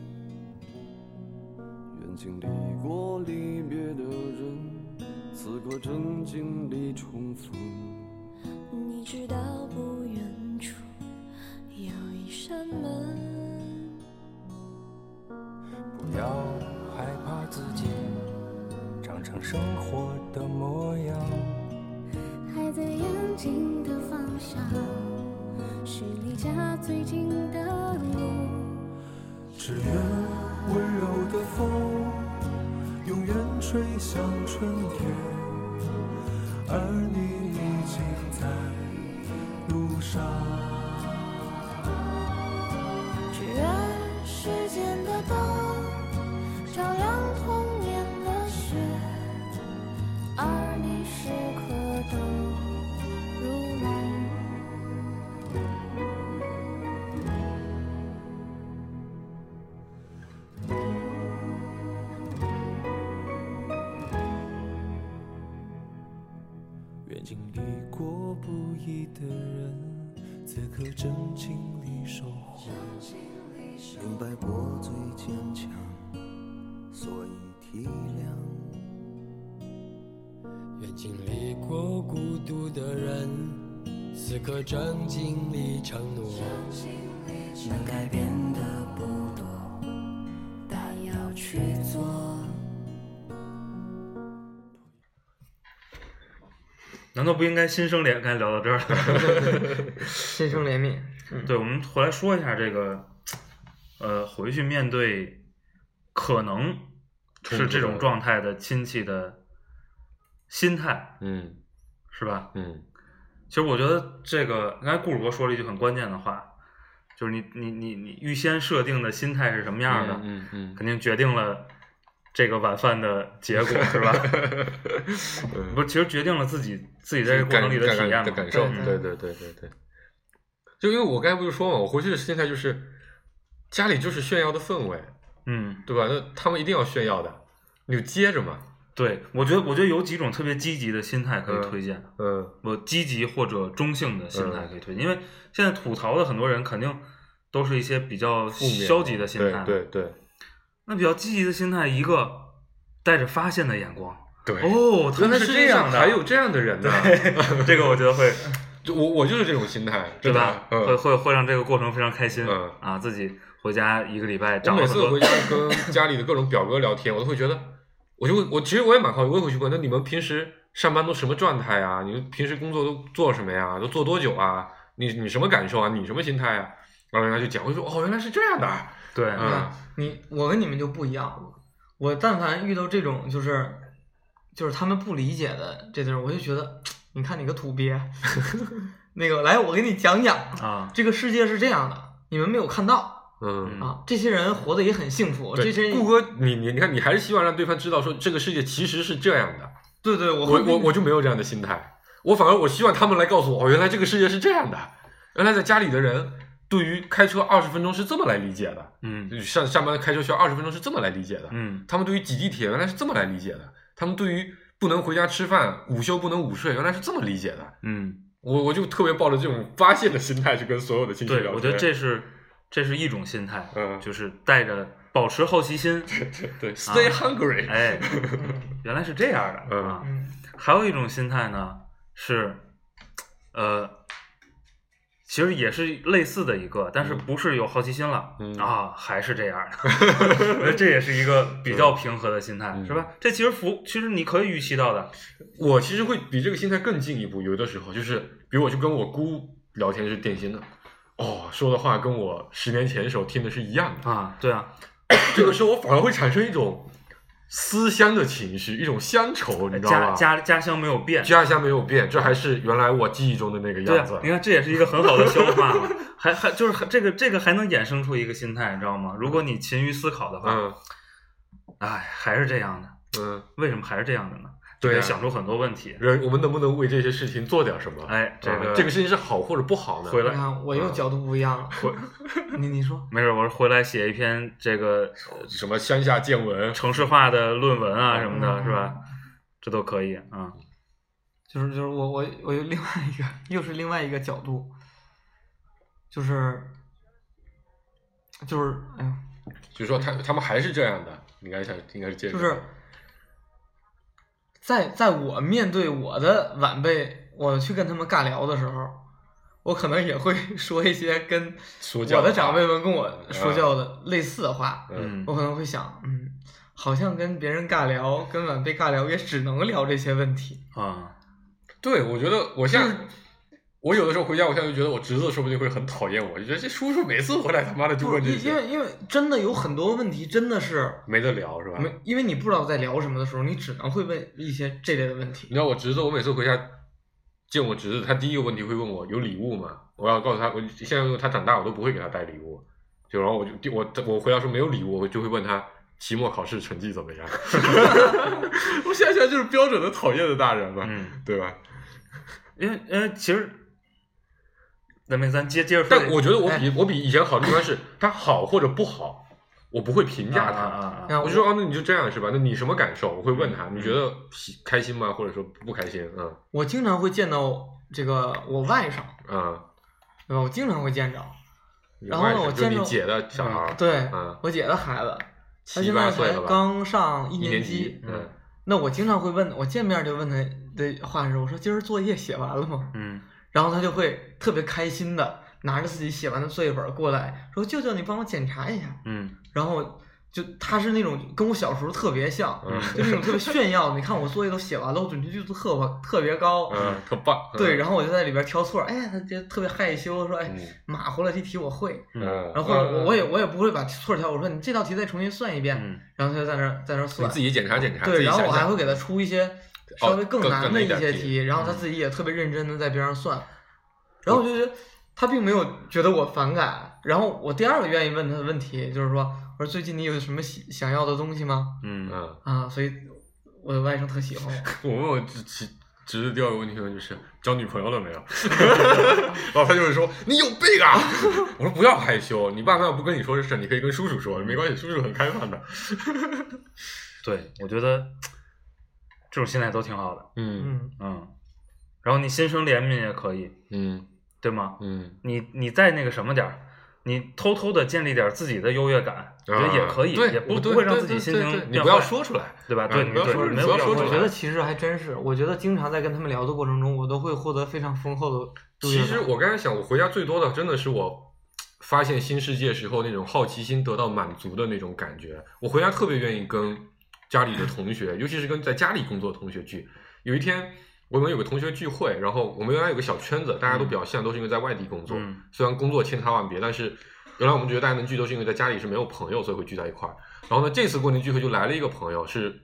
愿经历过离别的人，此刻正经历重逢。 你知道不远处有一扇门， 不要害怕自己长成生活的模样， 还在眼睛的方向是离家最近的路， 只愿温柔的风永远吹向春天，而你已经在路上。 只愿时间的灯照亮童年的雪，而你时刻都如梦。 愿经历过不易的人，此刻正经历收获。明白过最坚强，所以体谅。 愿经历过孤独的人，此刻正经历承诺。 能改变的不多，但要去做。 难道不应该心生怜？刚才聊到这儿了， 心生怜悯。 对，我们回来说一下这个，回去面对可能是这种状态的亲戚的心态，是吧？其实我觉得这个，刚才顾主播说了一句很关键的话，就是你预先设定的心态是什么样的，肯定决定了这个晚饭的结果，是吧？不是，其实决定了自己在这个过程里的体验嘛， 感受。对。就因为我刚才不是说嘛，我回去的心态就是家里就是炫耀的氛围，对吧？那他们一定要炫耀的，你就接着嘛。 对，我觉得有几种特别积极的心态可以推荐，我积极或者中性的心态可以推荐，因为现在吐槽的很多人肯定都是一些比较消极的心态， 对。 那比较积极的心态，一个带着发现的眼光， 对， 他们是这样的， 还有这样的人呢， 这个我觉得会， 我就是这种心态， 对吧？会让这个过程非常开心，啊，自己回家一个礼拜， 我每次回家跟家里的各种表哥聊天，我都会觉得，我其实我也蛮好奇，我也会去问，那你们平时上班都什么状态啊？你们平时工作都做什么呀？都做多久啊？你什么感受啊？你什么心态啊？然后人家就讲，我就说原来是这样的。 对， 我跟你们就不一样。我但凡遇到这种就是就是他们不理解的这地儿，我就觉得，你看你个土鳖，那个来，我给你讲讲啊，这个世界是这样的，你们没有看到。这些人活得也很幸福。这些人， 顾哥，你看，你还是希望让对方知道说这个世界其实是这样的。 对对， 我就没有这样的心态，我希望他们来告诉我，原来这个世界是这样的，原来在家里的人对于开车20分钟是这么来理解的，上班开车需要20分钟是这么来理解的，他们对于挤地铁原来是这么来理解的，他们对于不能回家吃饭、午休不能午睡原来是这么理解的，我就特别抱着这种发现的心态去跟所有的亲戚聊天。 对，我觉得这是一种心态，就是带着保持好奇心， 对 ，stay hungry， 哎，原来是这样的啊。还有一种心态呢是，其实也是类似的一个，但是不是有好奇心了还是这样的，我觉得这也是一个比较平和的心态，是吧？这其实你可以预期到的。 我其实会比这个心态更进一步，有的时候就是，比如我去跟我姑聊天是电信的。说的话跟我10年前的时候听的是一样的啊，对啊， 这个时候我反而会产生一种思乡的情绪，一种乡愁，你知道吗？ 家乡没有变， 家乡没有变，这还是原来我记忆中的那个样子。 对，你看这也是一个很好的消化嘛，还就是这个还能衍生出一个心态，你知道吗？如果你勤于思考的话，还是这样的，为什么还是这样的呢？ 对， 想出很多问题。 我们能不能为这些事情做点什么？ 哎，这个事情是好或者不好呢？ 回来，我又角度不一样了。你说， 没事，我回来写一篇这个什么乡下见闻、 城市化的论文啊什么的，是吧？这都可以啊。 就是我有又是另外一个角度，就是哎呦， 就是说他们还是这样的，应该是这样， 就是。在我面对我的晚辈，我去跟他们尬聊的时候，我可能也会说一些跟我的长辈们跟我说教的类似的话。我可能会想，好像跟别人尬聊，跟晚辈尬聊，也只能聊这些问题啊。对，我觉得我有的时候回家，我现在就觉得我侄子说不定会很讨厌我，就觉得这叔叔每次回来他妈的就问这些。 因为真的有很多问题真的是没得聊，是吧？ 因为你不知道在聊什么的时候，你只能会问一些这类的问题。 你知道我侄子，我每次回家见我侄子，他第一个问题会问我有礼物吗？我要告诉他，我现在他长大我都不会给他带礼物，就然后我回答说没有礼物，我就会问他期末考试成绩怎么样。我现在就是标准的讨厌的大人嘛，对吧？ 因为其实。咱接着说， 但我觉得我比以前好的地方是，它好或者不好，我不会评价它。我就说那你就这样是吧？那你什么感受？我会问他，你觉得开心吗？或者说不开心？ 我经常会见到这个我外甥，对吧？我经常会见着。然后呢，我见着你姐的小孩， 对，我姐的孩子，他现在才刚上1年级。那我经常会问，我见面就问他的话是，我说今儿作业写完了吗？然后他就会特别开心的拿着自己写完的作业本过来说：“舅舅，你帮我检查一下。”然后就他是那种跟我小时候特别像，就那种特别炫耀。你看我作业都写完了，我准确率特别高， 特棒。 对，然后我就在里边挑错，哎，他就特别害羞，说：“哎，马虎了，这题我会。”然后我也不会把错挑，我说你这道题再重新算一遍，然后他就在那算， 你自己检查。 对，然后我还会给他出一些。稍微更难的一些题，然后他自己也特别认真的在边上算，然后我就觉得他并没有觉得我反感。然后我第二个愿意问他的问题就是说，我说最近你有什么想要的东西吗？所以我的外甥特喜欢我。 我问我侄子第二个问题就是交女朋友了没有？然后他就会说你有病啊！我说不要害羞，你爸妈要不跟你说这事，你可以跟叔叔说，没关系，叔叔很开放的。 对，我觉得。这种心态都挺好的，然后你心生怜悯也可以，对吗？你再那个什么点儿，你偷偷的建立点自己的优越感，我觉得也可以，也不会让自己心情你不要说出来， 对吧？对， 你不要说出来。 我觉得其实还真是，我觉得经常在跟他们聊的过程中，我都会获得非常丰厚的优越感。 其实我刚才想，我回家最多的真的是我发现新世界时候那种好奇心得到满足的那种感觉。我回家特别愿意跟家里的同学，尤其是跟在家里工作的同学聚。有一天我们有个同学聚会，然后我们原来有个小圈子，大家都比较像，都是因为在外地工作，虽然工作千差万别，但是原来我们觉得大家能聚都是因为在家里是没有朋友，所以会聚在一块儿。然后呢，这次过年聚会就来了一个朋友，是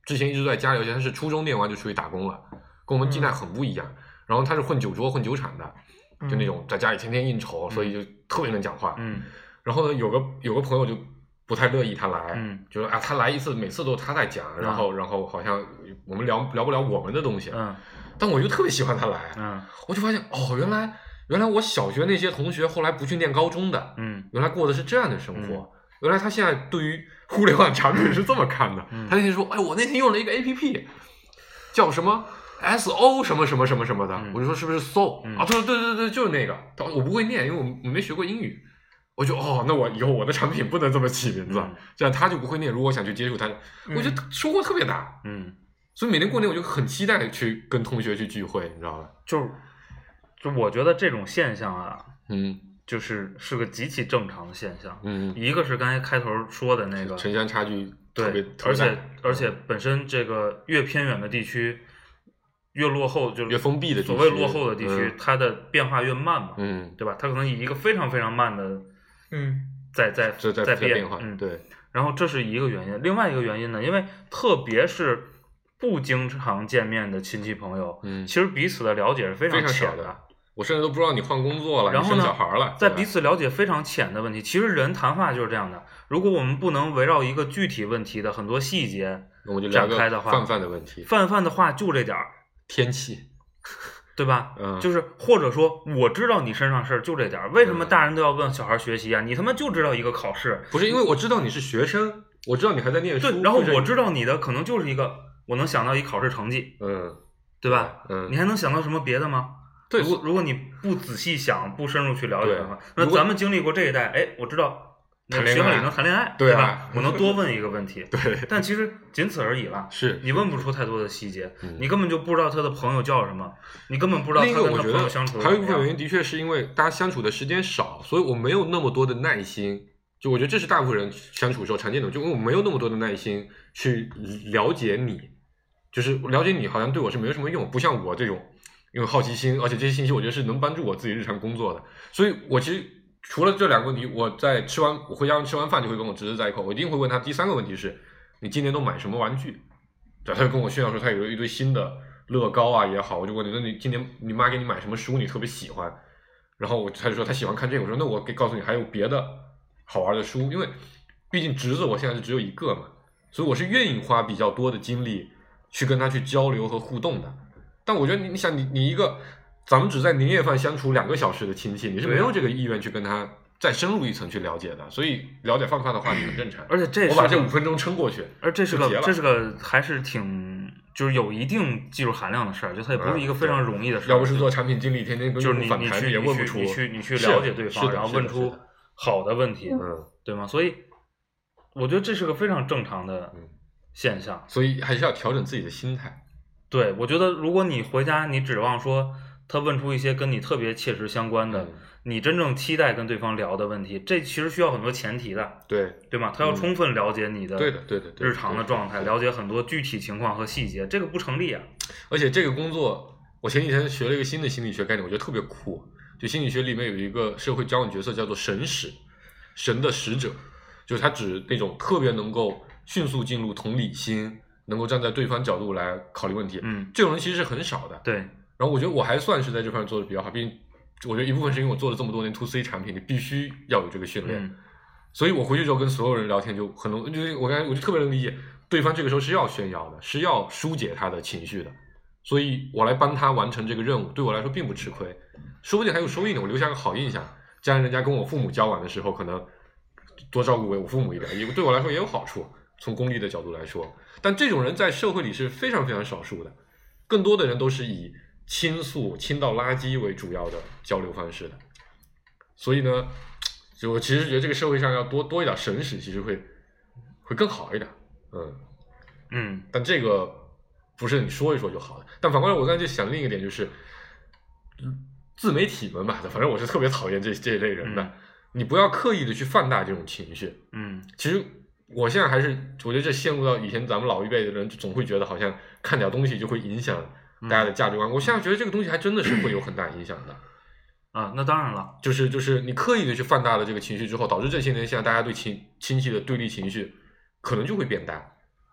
之前一直在家里，而且他是初中念完就出去打工了，跟我们金奈很不一样。然后他是混酒桌、混酒厂的，就那种在家里天天应酬，所以就特别能讲话。然后呢，有个朋友就不太乐意他来，就是啊，他来一次，每次都他在讲，然后好像我们聊不了我们的东西。但我就特别喜欢他来。我就发现哦，原来我小学那些同学后来不去念高中的，原来过的是这样的生活。原来他现在对于互联网产品是这么看的。他那天说，哎，我那天用了一个 APP， 叫什么 SO 什么什么什么什么的。我就说是不是 So 啊？他说对，就是那个。我不会念，因为我没学过英语。我就那我以后我的产品不能这么起名字，这样他就不会念。如果我想去接触他，我觉得收获特别大。所以每年过年我就很期待去跟同学去聚会，你知道吧？ 就我觉得这种现象啊，就是个极其正常的现象。一个是刚才开头说的那个城乡差距特别大，而且本身这个越偏远的地区，越落后，就是越封闭的地区， 所谓落后的地区，它的变化越慢嘛，对吧？它可能以一个非常非常慢的，在变化，对。 然后这是一个原因，另外一个原因呢，因为特别是不经常见面的亲戚朋友，其实彼此的了解是非常浅的。 我甚至都不知道你换工作了， 然后呢， 你生小孩了， 在彼此了解非常浅的问题，其实人谈话就是这样的。如果我们不能围绕一个具体问题的很多细节展开的话， 泛的问题， 泛的话就这点儿， 天气， 对吧？就是或者说我知道你身上事儿就这点儿，为什么大人都要问小孩学习啊？你他妈就知道一个考试， 不是因为我知道你是学生，我知道你还在念书， 对，然后我知道你的可能就是一个，我能想到一考试成绩，对吧？你还能想到什么别的吗？ 对， 如果你不仔细想，不深入去了解的话，那咱们经历过这一代，哎，我知道学校里能谈恋爱，对吧？我能多问一个问题， 对， 但其实仅此而已了。 是你问不出太多的细节，你根本就不知道他的朋友叫什么，你根本不知道他跟他朋友相处。 还有一部分原因的确是因为大家相处的时间少，所以我没有那么多的耐心。就我觉得这是大部分人相处的时候常见的，就因为我没有那么多的耐心去了解你，就是了解你好像对我是没有什么用，不像我这种。因为好奇心，而且这些信息我觉得是能帮助我自己日常工作的，所以我其实除了这两个问题，我回家吃完饭就会跟我侄子在一块，我一定会问他第三个问题是，你今年都买什么玩具？他就跟我炫耀说他有一堆新的乐高啊也好，我就问你，那你今年你妈给你买什么书你特别喜欢？然后他就说他喜欢看这个，我说那我告诉你还有别的好玩的书，因为毕竟侄子我现在是只有一个嘛，所以我是愿意花比较多的精力去跟他去交流和互动的。但我觉得你想你一个咱们只在年夜饭相处2个小时的亲戚，你是没有这个意愿去跟他再深入一层去了解的，所以了解泛的话题很正常。 而且我把这5分钟撑过去， 而这是个还是挺就是有一定技术含量的事儿，就它也不是一个非常容易的事儿。 要不是做产品经理，天天跟用户反弹也问不出， 你去了解对方，然后问出好的问题，对吗？所以我觉得这是个非常正常的现象， 所以还是要调整自己的心态。 对，我觉得如果你回家，你指望说他问出一些跟你特别切实相关的，你真正期待跟对方聊的问题，这其实需要很多前提的，对吗？他要充分了解你的日常的状态，了解很多具体情况和细节，这个不成立啊。 而且这个工作，我前几天学了一个新的心理学概念，我觉得特别酷。就心理学里面有一个社会交往角色叫做神使，神的使者，就是他指那种特别能够迅速进入同理心，能够站在对方角度来考虑问题，这种人其实是很少的。 对。 然后我觉得我还算是在这方面做的比较好，毕竟我觉得一部分是因为我做了这么多年 to C 产品，你必须要有这个训练。所以我回去之后跟所有人聊天就很能，就是我就特别能理解对方这个时候是要炫耀的，是要疏解他的情绪的，所以我来帮他完成这个任务，对我来说并不吃亏，说不定还有收益呢，我留下个好印象，将来人家跟我父母交往的时候可能多照顾我父母一点，也对我来说也有好处，从功利的角度来说。但这种人在社会里是非常非常少数的，更多的人都是以倾诉倾倒垃圾为主要的交流方式的。所以呢，就我其实觉得这个社会上要多一点神使，其实会更好一点。但这个不是你说一说就好的。但反过来我刚才就想另一个点，就是自媒体们吧，反正我是特别讨厌这一类人的，你不要刻意的去放大这种情绪。其实我现在还是我觉得这陷入到以前咱们老一辈的人总会觉得好像看点东西就会影响大家的价值观，我现在觉得这个东西还真的是会有很大影响的。 那当然了， 就是你刻意的去放大了这个情绪之后，导致这些年现在大家对亲戚的对立情绪可能就会变大。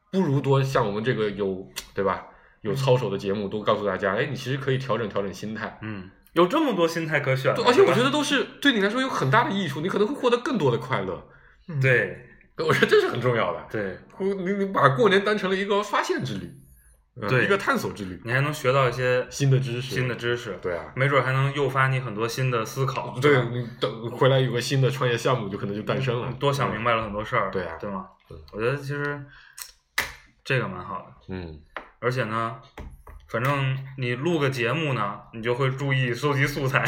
不如多像我们这个对吧？有操守的节目都告诉大家，你其实可以调整心态。 有这么多心态可选， 而且我觉得都是对你来说有很大的益处，你可能会获得更多的快乐。 对， 我觉得这是很重要的。 对， 你把过年当成了一个发现之旅，一个探索之旅， 你还能学到一些新的知识。对啊， 没准还能诱发你很多新的思考。 对，你等回来有个新的创业项目，就可能就诞生了。 多想明白了很多事儿。 对啊， 对吗？我觉得其实这个蛮好的。而且呢，反正你录个节目呢，你就会注意收集素材，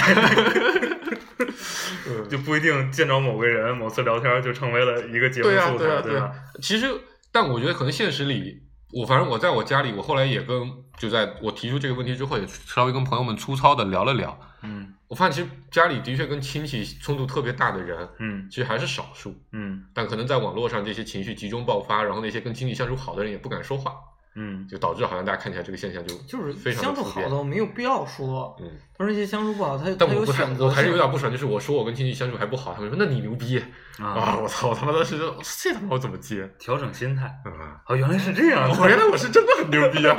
就不一定见着某个人，某次聊天就成为了一个节目素材， 对吧？其实，但我觉得可能现实里，反正我在我家里，我后来也就在我提出这个问题之后，也稍微跟朋友们粗糙的聊了聊。我发现其实家里的确跟亲戚冲突特别大的人，其实还是少数。但可能在网络上这些情绪集中爆发，然后那些跟亲戚相处好的人也不敢说话。就导致好像大家看起来这个现象就是非常相处好的没有必要说，但是那些相处不好，他但有选择。 我还是有点不爽，就是我说我跟亲戚相处还不好，他们说那你牛逼我操，他妈当时这他妈我怎么接？ 调整心态原来是这样， 原来我是真的很牛逼啊！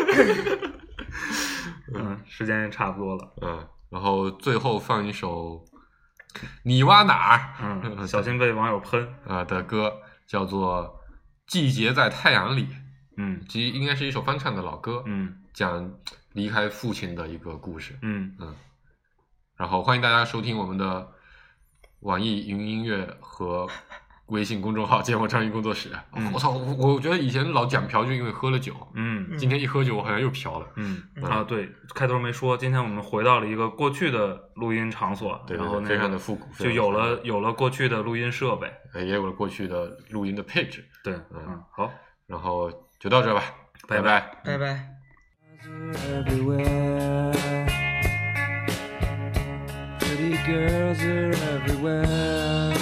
时间也差不多了， 然后最后放一首你挖哪儿？ 小心被网友喷的歌，叫做《季节在太阳里》。其实应该是一首翻唱的老歌，讲离开父亲的一个故事，然后欢迎大家收听我们的网易云音乐和微信公众号芥末章鱼工作室。我操，我觉得以前老讲嫖就因为喝了酒，今天一喝酒我好像又嫖了， 对，开头没说，今天我们回到了一个过去的录音场所，然后非常的复古， 就有了过去的录音设备， 也有了过去的录音的配置， 对，好， 然后就到这吧，拜拜， 拜拜。 Pretty girls are everywhere.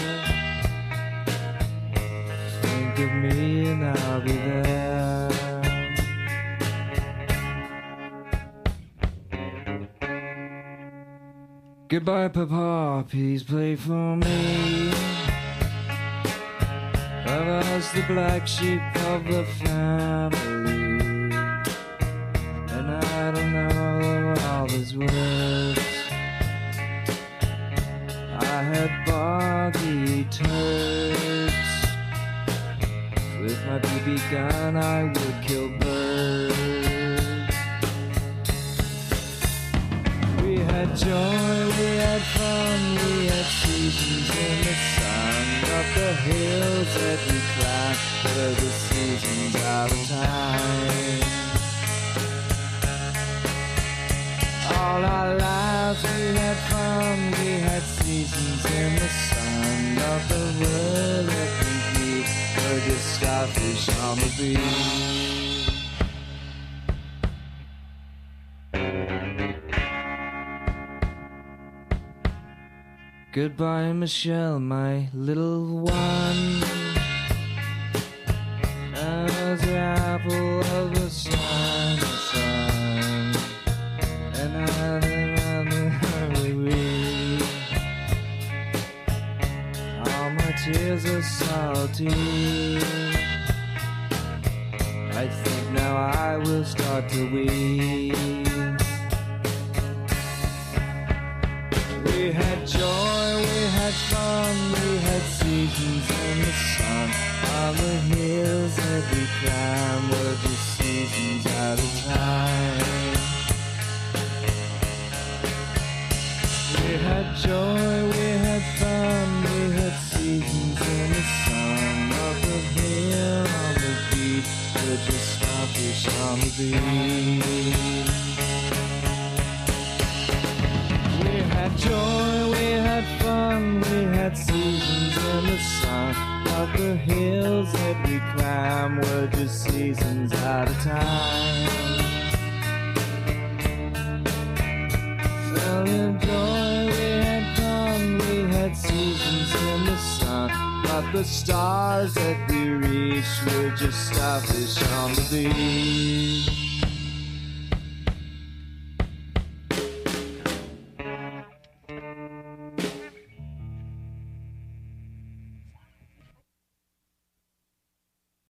Think of me and I'll be there. Goodbye, Papa, please play for me. I was the black sheep of the family, and I don't know all his words. I had boggy turds. With my BB gun I would kill birds. We had joy, we had fun, we had seasons in the sun. Up the hills that we climbed were the seasons out of time. All our lives we had fun, we had seasons in the sun. Of the world that we viewed were just starfish on the beach. Goodbye, Michelle, my little one. I was the apple of the sun, and I live on the highway. All my tears are salty. I think now I will start to weep. We had joy, we had fun, we had seasons in the sun. On the hills that we climbed were just seasons at a time. We had joy, we had fun, we had seasons in the sun. Up the hill on the beach, we're just starfish on the beach. We had joy, we had fun, we had seasons in the sun. Up the hills that we climb were just seasons at a time. Well, in joy, we had fun, we had seasons in the sun. But the stars that we reached were just starfish on the beach.